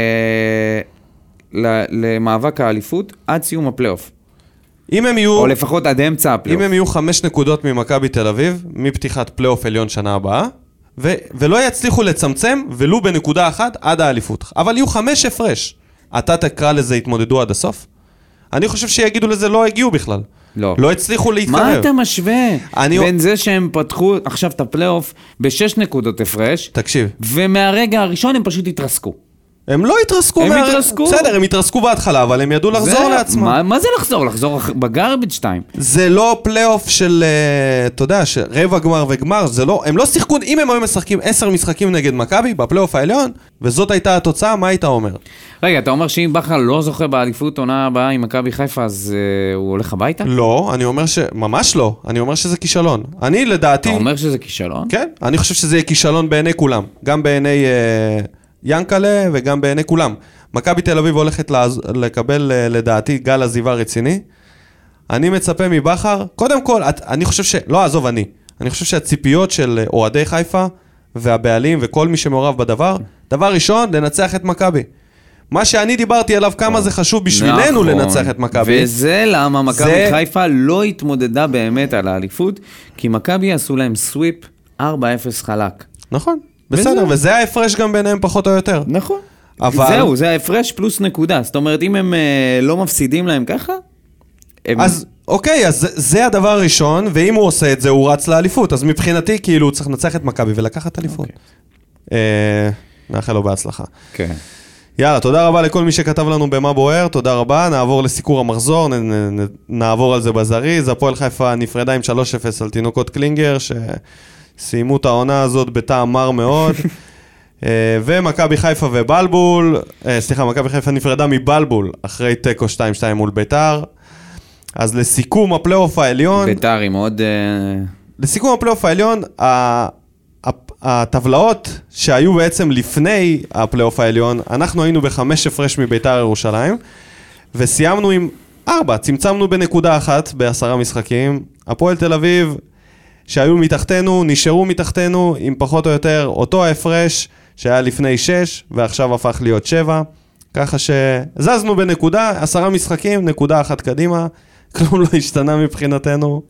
ל... למאבק האליפות עד סיום הפלייאוף. אם הם יהיו... או לפחות עד אמצע הפלייאוף. אם הם יהיו חמש נקודות ממכבי תל אביב, מפתיחת פלייאוף עליון שנה הבאה, ו... ולא יצליחו לצמצם, ולו בנקודה אחת עד האליפות. אבל יהיו חמש הפרש. אתה תקרא לזה התמודדו עד הסוף? אני חושב שיגידו לזה לא הגיעו בכלל. לא. לא הצליחו להתקרב. מה אתה משווה? אני... בין זה שהם פתחו עכשיו את הפלייאוף בשש נקודות הפרש. תקשיב. ומהרגע הראשון הם פשוט התרסקו. הם לא התרסקו. הם מה... התרסקו. בסדר, הם התרסקו בהתחלה, אבל הם ידעו לחזור זה... לעצמם. מה, מה זה לחזור? לחזור בגרביץ' שתיים. זה לא פלייאוף של, אתה יודע, של רבע גמר וגמר, זה לא, הם לא שיחקו, אם הם היו משחקים עשר משחקים נגד מכבי בפלייאוף העליון, וזאת הייתה התוצאה, מה היית אומר? רגע, אתה אומר שאם בכר לא זוכה באליפות עונה הבאה עם מכבי חיפה, אז uh, הוא הולך הביתה? לא, אני אומר ש... ממש לא. אני אומר שזה כישלון. אני לדעתי... אתה אומר שזה כישלון? כן, אני חושב שזה יהיה כישלון בעיני כולם. גם בעיני uh, ינקלה וגם בעיני כולם. מכבי תל אביב הולכת לעז... לקבל uh, לדעתי גל עזיבה רציני. אני מצפה מבכר, קודם כל, את, אני חושב ש... לא, עזוב, אני. אני חושב שהציפיות של אוהדי חיפה והבעלים וכל מי שמעורב בדבר, דבר ראשון, לנצח את מכבי. מה שאני דיברתי עליו, כמה זה חשוב בשבילנו לנצח את מכבי. וזה למה מכבי חיפה לא התמודדה באמת על האליפות, כי מכבי עשו להם סוויפ ארבע אפס חלק. נכון, בסדר, וזה ההפרש גם ביניהם פחות או יותר. נכון. אבל... זהו, זה ההפרש פלוס נקודה. זאת אומרת, אם הם לא מפסידים להם ככה... אז אוקיי, אז זה הדבר הראשון, ואם הוא עושה את זה, הוא רץ לאליפות. אז מבחינתי, כאילו, הוא צריך לנצח את מכבי ולקחת אליפות. נאחל לו בהצלחה. כן. יאללה, תודה רבה לכל מי שכתב לנו במה בוער, תודה רבה, נעבור לסיקור המחזור, נ, נ, נעבור על זה בזריז, הפועל חיפה נפרדה עם שלוש אפס על תינוקות קלינגר, שסיימו את העונה הזאת בטעם מר מאוד, ומכבי חיפה ובלבול, סליחה, מכבי חיפה נפרדה מבלבול, אחרי טקו שתיים שתיים מול ביתר, אז לסיכום הפלייאוף העליון, ביתר היא מאוד... לסיכום הפלייאוף העליון, ה... הטבלאות שהיו בעצם לפני הפלייאוף העליון, אנחנו היינו בחמש הפרש מביתר ירושלים, וסיימנו עם ארבע, צמצמנו בנקודה אחת בעשרה משחקים. הפועל תל אביב שהיו מתחתנו, נשארו מתחתנו עם פחות או יותר אותו ההפרש שהיה לפני שש, ועכשיו הפך להיות שבע, ככה שזזנו בנקודה, עשרה משחקים, נקודה אחת קדימה, כלום לא השתנה מבחינתנו,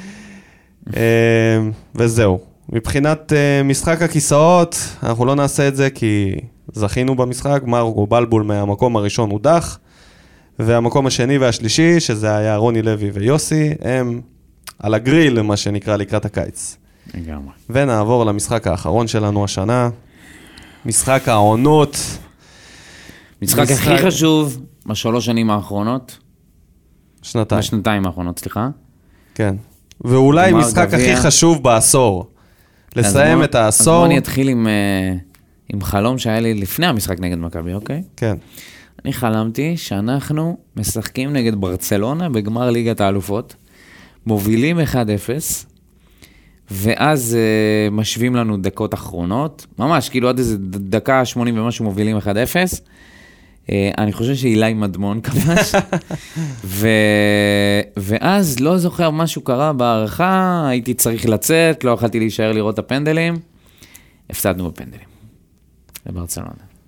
וזהו. מבחינת uh, משחק הכיסאות, אנחנו לא נעשה את זה כי זכינו במשחק, מרגו בלבול מהמקום הראשון הודח, והמקום השני והשלישי, שזה היה רוני לוי ויוסי, הם על הגריל, מה שנקרא, לקראת הקיץ. לגמרי. ונעבור למשחק האחרון שלנו השנה, משחק העונות. משחק, משחק... הכי חשוב בשלוש שנים האחרונות. שנתיים. בשנתיים האחרונות, סליחה. כן. ואולי גמר משחק גביע. הכי חשוב בעשור. לסיים בוא- את העשור. אז בוא אני אתחיל עם, אה, עם חלום שהיה לי לפני המשחק נגד מכבי, אוקיי? כן. אני חלמתי שאנחנו משחקים נגד ברצלונה בגמר ליגת האלופות, מובילים אחד אפס, ואז uh, משווים לנו דקות אחרונות, ממש, כאילו עד איזה דקה שמונים ומשהו מובילים אחד אפס, uh, אני חושב שאילי מדמון כבש, ו... ואז לא זוכר משהו קרה בערכה, הייתי צריך לצאת, לא יכלתי להישאר לראות את הפנדלים, הפסדנו בפנדלים, לברצלונה.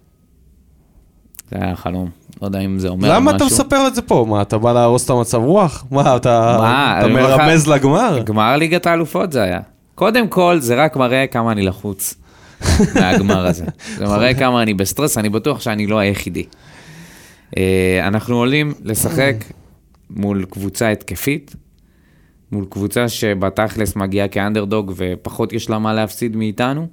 זה היה חלום, לא יודע אם זה אומר משהו. למה אתה מספר את זה פה? מה, אתה בא להרוס את המצב רוח? מה, אתה, מה? אתה מרמז לגמר? גמר ליגת האלופות זה היה. קודם כל, זה רק מראה כמה אני לחוץ מהגמר הזה. זה מראה כמה אני בסטרס, אני בטוח שאני לא היחידי. אנחנו עולים לשחק מול קבוצה התקפית, מול קבוצה שבתכלס מגיעה כאנדרדוג ופחות יש לה מה להפסיד מאיתנו,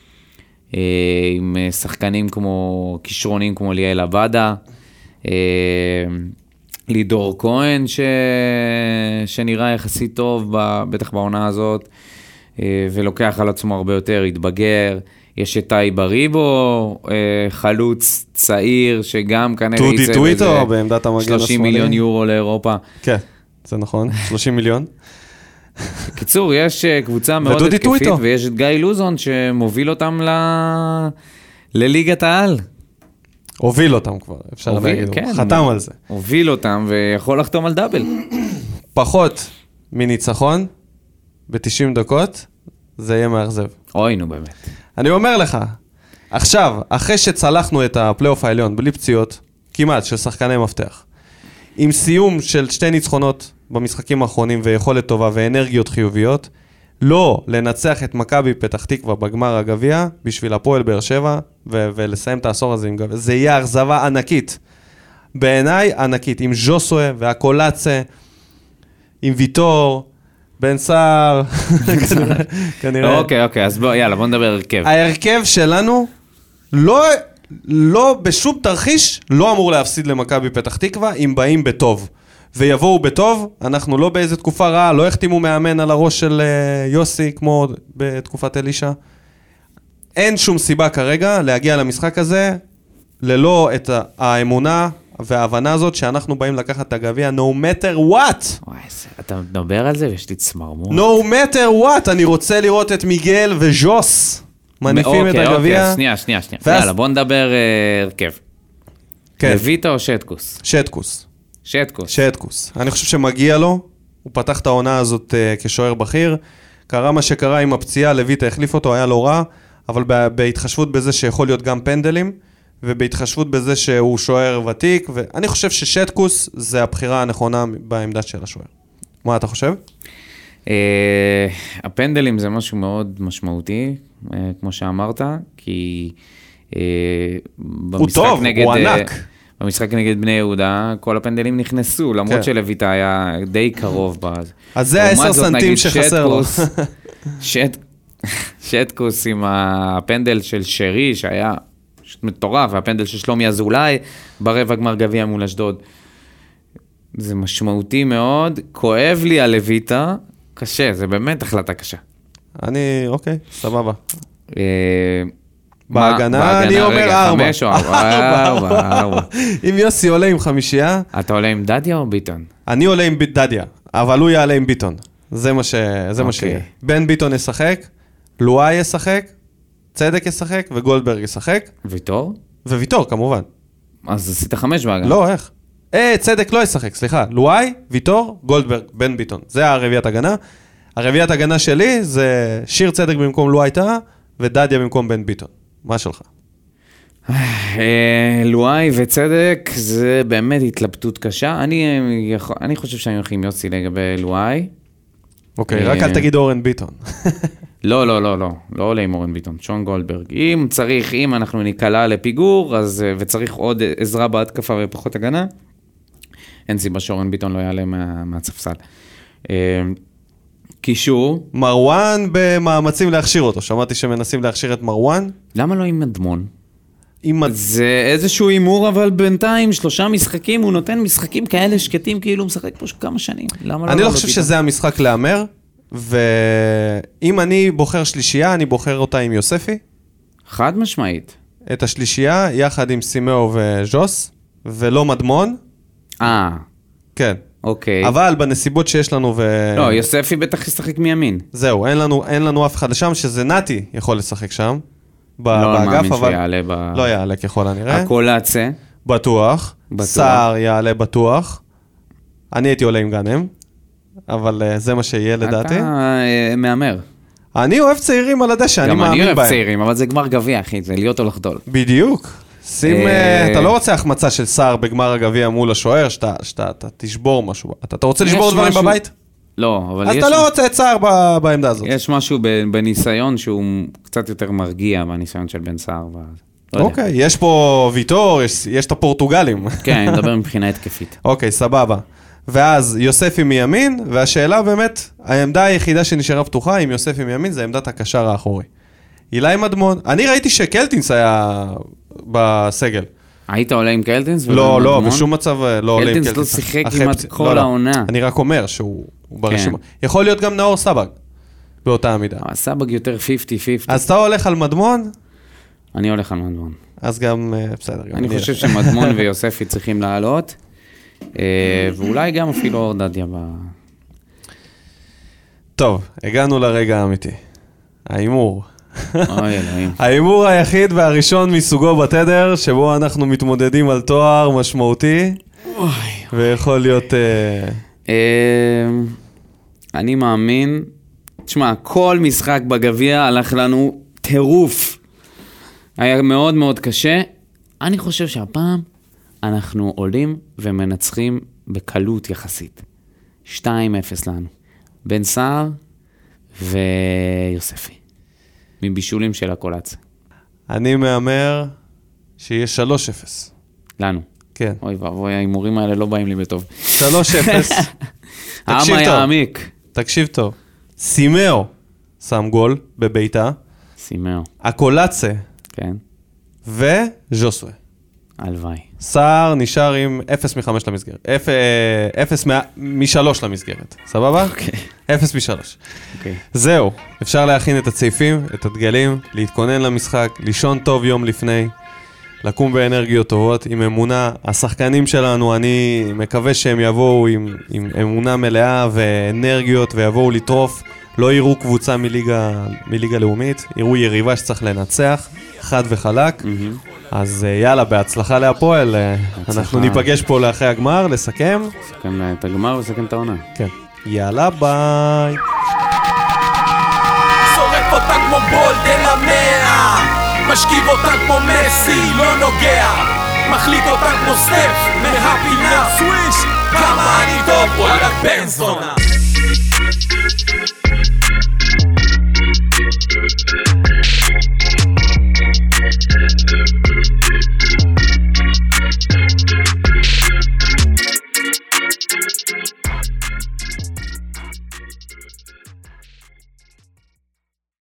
עם שחקנים כמו, כישרונים כמו ליאל עבדה, לידור כהן ש... שנראה יחסית טוב, בטח בעונה הזאת, ולוקח על עצמו הרבה יותר, התבגר. יש את טאי בריבו, חלוץ צעיר, שגם כנראה טודי טוויטו בעמדת המגן השמאלי. שלושים מיליון יורו לאירופה. כן, זה נכון, שלושים מיליון. בקיצור, יש קבוצה מאוד התקפית, טוויטו. ויש את גיא לוזון שמוביל אותם ל... לליגת העל. הוביל אותם כבר, אפשר להגיד, כן, חתם על זה. הוביל אותם ויכול לחתום על דאבל. פחות מניצחון, ב-תשעים דקות, זה יהיה מאכזב. אוי, נו באמת. אני אומר לך, עכשיו, אחרי שצלחנו את הפלייאוף העליון, בלי פציעות, כמעט, של שחקני מפתח, עם סיום של שתי ניצחונות במשחקים האחרונים, ויכולת טובה ואנרגיות חיוביות, לא לנצח את מכבי פתח תקווה בגמר הגביע, בשביל הפועל באר שבע, ו- ולסיים את העשור הזה עם גביע. זה יהיה אכזבה ענקית. בעיניי ענקית, עם ז'וסואה והקולצה, עם ויטור, בן סער, כנראה. אוקיי, אוקיי, אז בוא, יאללה, בוא נדבר הרכב. ההרכב שלנו, לא, לא בשום תרחיש, לא אמור להפסיד למכבי פתח תקווה, אם באים בטוב. ויבואו בטוב, אנחנו לא באיזה תקופה רעה, לא החתימו מאמן על הראש של יוסי, כמו בתקופת אלישה. אין שום סיבה כרגע להגיע למשחק הזה, ללא את האמונה וההבנה הזאת שאנחנו באים לקחת את הגביע, no matter what. וואי, אתה מדבר על זה ויש לי צמרמורת. no matter what, אני רוצה לראות את מיגל וז'וס מניפים את הגביע. אוקיי, אוקיי, שנייה, שנייה, שנייה. יאללה, בוא נדבר הרכב. לויטה או שטקוס? שטקוס. שטקוס. שטקוס. אני חושב שמגיע לו, הוא פתח את העונה הזאת uh, כשוער בכיר, קרה מה שקרה עם הפציעה, לויטה החליף אותו, היה לא רע, אבל בהתחשבות בזה שיכול להיות גם פנדלים, ובהתחשבות בזה שהוא שוער ותיק, ואני חושב ששטקוס זה הבחירה הנכונה בעמדה של השוער. מה אתה חושב? Uh, הפנדלים זה משהו מאוד משמעותי, uh, כמו שאמרת, כי uh, הוא טוב, נגד, הוא ענק. Uh, במשחק נגד בני יהודה, כל הפנדלים נכנסו, למרות כן. שלויטה היה די קרוב. אז זה העשר סנטים שחסר לו. שט... שטקוס עם הפנדל של שרי, שהיה מטורף, והפנדל של שלומי אזולאי, ברבע גמר גביע מול אשדוד. זה משמעותי מאוד, כואב לי על לויטה, קשה, זה באמת החלטה קשה. אני, אוקיי, סבבה. אה... בהגנה אני אומר ארבע. חמש או ארבע, ארבע, ארבע. אם יוסי עולה עם חמישייה... אתה עולה עם דדיה או ביטון? אני עולה עם דדיה, אבל הוא יעלה עם ביטון. זה מה שיהיה. בן ביטון ישחק, לואי ישחק, צדק ישחק וגולדברג ישחק. ויטור? וויטור, כמובן. אז עשית חמש בהגנה. לא, איך? אה, צדק לא ישחק, סליחה. לואי, ויטור, גולדברג, בן ביטון. זה הרביעת הגנה. הרביעת הגנה שלי זה שיר צדק במקום לואי טעה, ודדיה במקום בן ביטון. מה שלך? לואי וצדק זה באמת התלבטות קשה. אני, אני חושב שאני הולך עם יוסי לגבי לואי. אוקיי, רק אל תגיד אורן ביטון. לא, לא, לא, לא. לא עולה עם אורן ביטון. שון גולדברג. אם צריך, אם אנחנו ניקלע לפיגור, אז, וצריך עוד עזרה בהתקפה ופחות הגנה, אין סיבה שאורן ביטון לא יעלה מה, מהצפסל. קישור. מרואן במאמצים להכשיר אותו. שמעתי שמנסים להכשיר את מרואן. למה לא עם מדמון? אם... זה איזשהו אימור, אבל בינתיים שלושה משחקים, הוא נותן משחקים כאלה שקטים כאילו הוא משחק פה כמה שנים. למה לא? אני לא חושב שזה המשחק לאמר, ואם אני בוחר שלישייה, אני בוחר אותה עם יוספי. חד משמעית. את השלישייה, יחד עם סימאו וז'וס, ולא מדמון. אה. כן. אוקיי. אבל בנסיבות שיש לנו ו... לא, יוספי בטח ישחק מימין. זהו, אין לנו, אין לנו אף אחד לשם, שזה נתי יכול לשחק שם. לא באגף, מאמין אבל... שיעלה ב... לא יעלה ככל הנראה. הקולצה. בטוח. בטוח. סער יעלה בטוח. אני הייתי עולה עם גנם, אבל uh, זה מה שיהיה לדעתי. אתה uh, מאמר. אני אוהב צעירים על הדשא, אני מאמין בהם. גם אני אוהב צעירים, אבל זה גמר גביע, אחי, זה להיות או לחדול. בדיוק. שים, אתה לא רוצה החמצה של סער בגמר הגביע מול השוער, שאתה, שאתה, אתה תשבור משהו. אתה, אתה רוצה לשבור דברים משהו... בבית? לא, אבל אז יש... אתה לא רוצה את סער ב... בעמדה הזאת. יש משהו בניסיון שהוא קצת יותר מרגיע בניסיון של בן סער. ו... לא אוקיי, יודע. יש פה ויטור, יש, יש את הפורטוגלים. כן, אני מדבר מבחינה התקפית. אוקיי, סבבה. ואז יוספי מימין, והשאלה באמת, העמדה היחידה שנשארה פתוחה עם יוספי מימין, זה עמדת הקשר האחורי. אילי מדמון, אני ראיתי שקלטינס היה בסגל. היית עולה עם קלטינס? לא, לא, בשום מצב לא עולה עם קלטינס. קלטינס לא שיחק כמעט כל העונה. אני רק אומר שהוא ברשימה. יכול להיות גם נאור סבג, באותה עמידה. סבג יותר חמישים חמישים. אז אתה הולך על מדמון? אני הולך על מדמון. אז גם, בסדר. אני חושב שמדמון ויוספי צריכים לעלות, ואולי גם אפילו אורדדיה ב... טוב, הגענו לרגע האמיתי. האימור. אוי אלוהים. האימור היחיד והראשון מסוגו בתדר, שבו אנחנו מתמודדים על תואר משמעותי, ויכול להיות... אני מאמין, תשמע, כל משחק בגביע הלך לנו טירוף. היה מאוד מאוד קשה. אני חושב שהפעם אנחנו עולים ומנצחים בקלות יחסית. שתיים אפס לנו. בן סער ויוספי. מבישולים של הקולציה. אני מאמר שיהיה שלוש אפס. לנו. כן. אוי ואבוי, האימורים האלה לא באים לי בטוב. שלוש אפס. העם היה עמיק. תקשיב טוב. סימאו שם גול בביתה. סימאו. הקולציה. כן. וז'וסווה. הלוואי. סער נשאר עם אפס מחמש למסגרת. אפס משלוש למסגרת. סבבה? אוקיי. אפס משלוש. אוקיי. זהו. אפשר להכין את הצעיפים, את הדגלים, להתכונן למשחק, לישון טוב יום לפני, לקום באנרגיות טובות, עם אמונה. השחקנים שלנו, אני מקווה שהם יבואו עם, עם אמונה מלאה ואנרגיות, ויבואו לטרוף. לא יראו קבוצה מליגה, מליגה לאומית, יראו יריבה שצריך לנצח, חד וחלק. Mm-hmm. אז יאללה, בהצלחה להפועל. הצלחה. אנחנו ניפגש פה לאחרי הגמר, לסכם. לסכם את הגמר ולסכם את העונה. כן. יאללה, ביי. שורף אותה כמו בולד אל המאה, משכיב אותה כמו מסי, לא נוגע, מחליט אותה כמו סטף, מהפינה סוויש, כמה אני טוב, וואלה בן זונה.